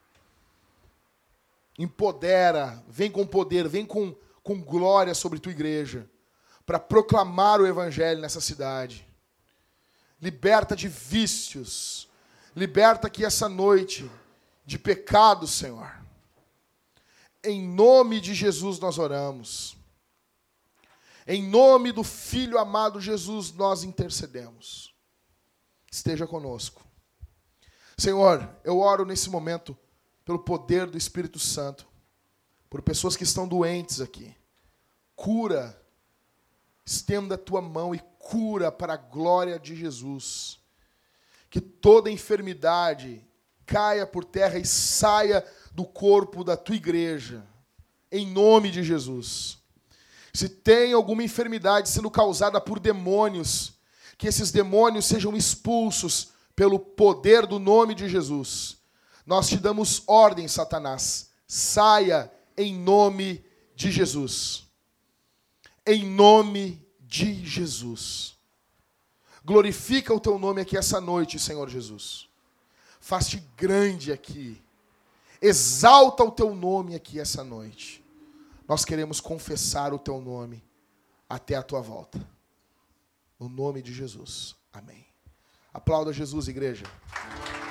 Empodera, vem com poder, vem com, com glória sobre tua igreja, para proclamar o Evangelho nessa cidade. Liberta de vícios, liberta aqui essa noite de pecados, Senhor. Em nome de Jesus nós oramos. Em nome do Filho amado Jesus nós intercedemos. Esteja conosco. Senhor, eu oro nesse momento pelo poder do Espírito Santo, por pessoas que estão doentes aqui. Cura, estenda a tua mão e cura para a glória de Jesus. Que toda enfermidade caia por terra e saia do corpo da tua igreja, em nome de Jesus. Se tem alguma enfermidade sendo causada por demônios, que esses demônios sejam expulsos pelo poder do nome de Jesus. Nós te damos ordem, Satanás, saia em nome de Jesus. Em nome de Jesus. Glorifica o teu nome aqui essa noite, Senhor Jesus. Faz-te grande aqui. Exalta o teu nome aqui essa noite. Nós queremos confessar o teu nome até a tua volta. No nome de Jesus. Amém. Aplauda Jesus, igreja.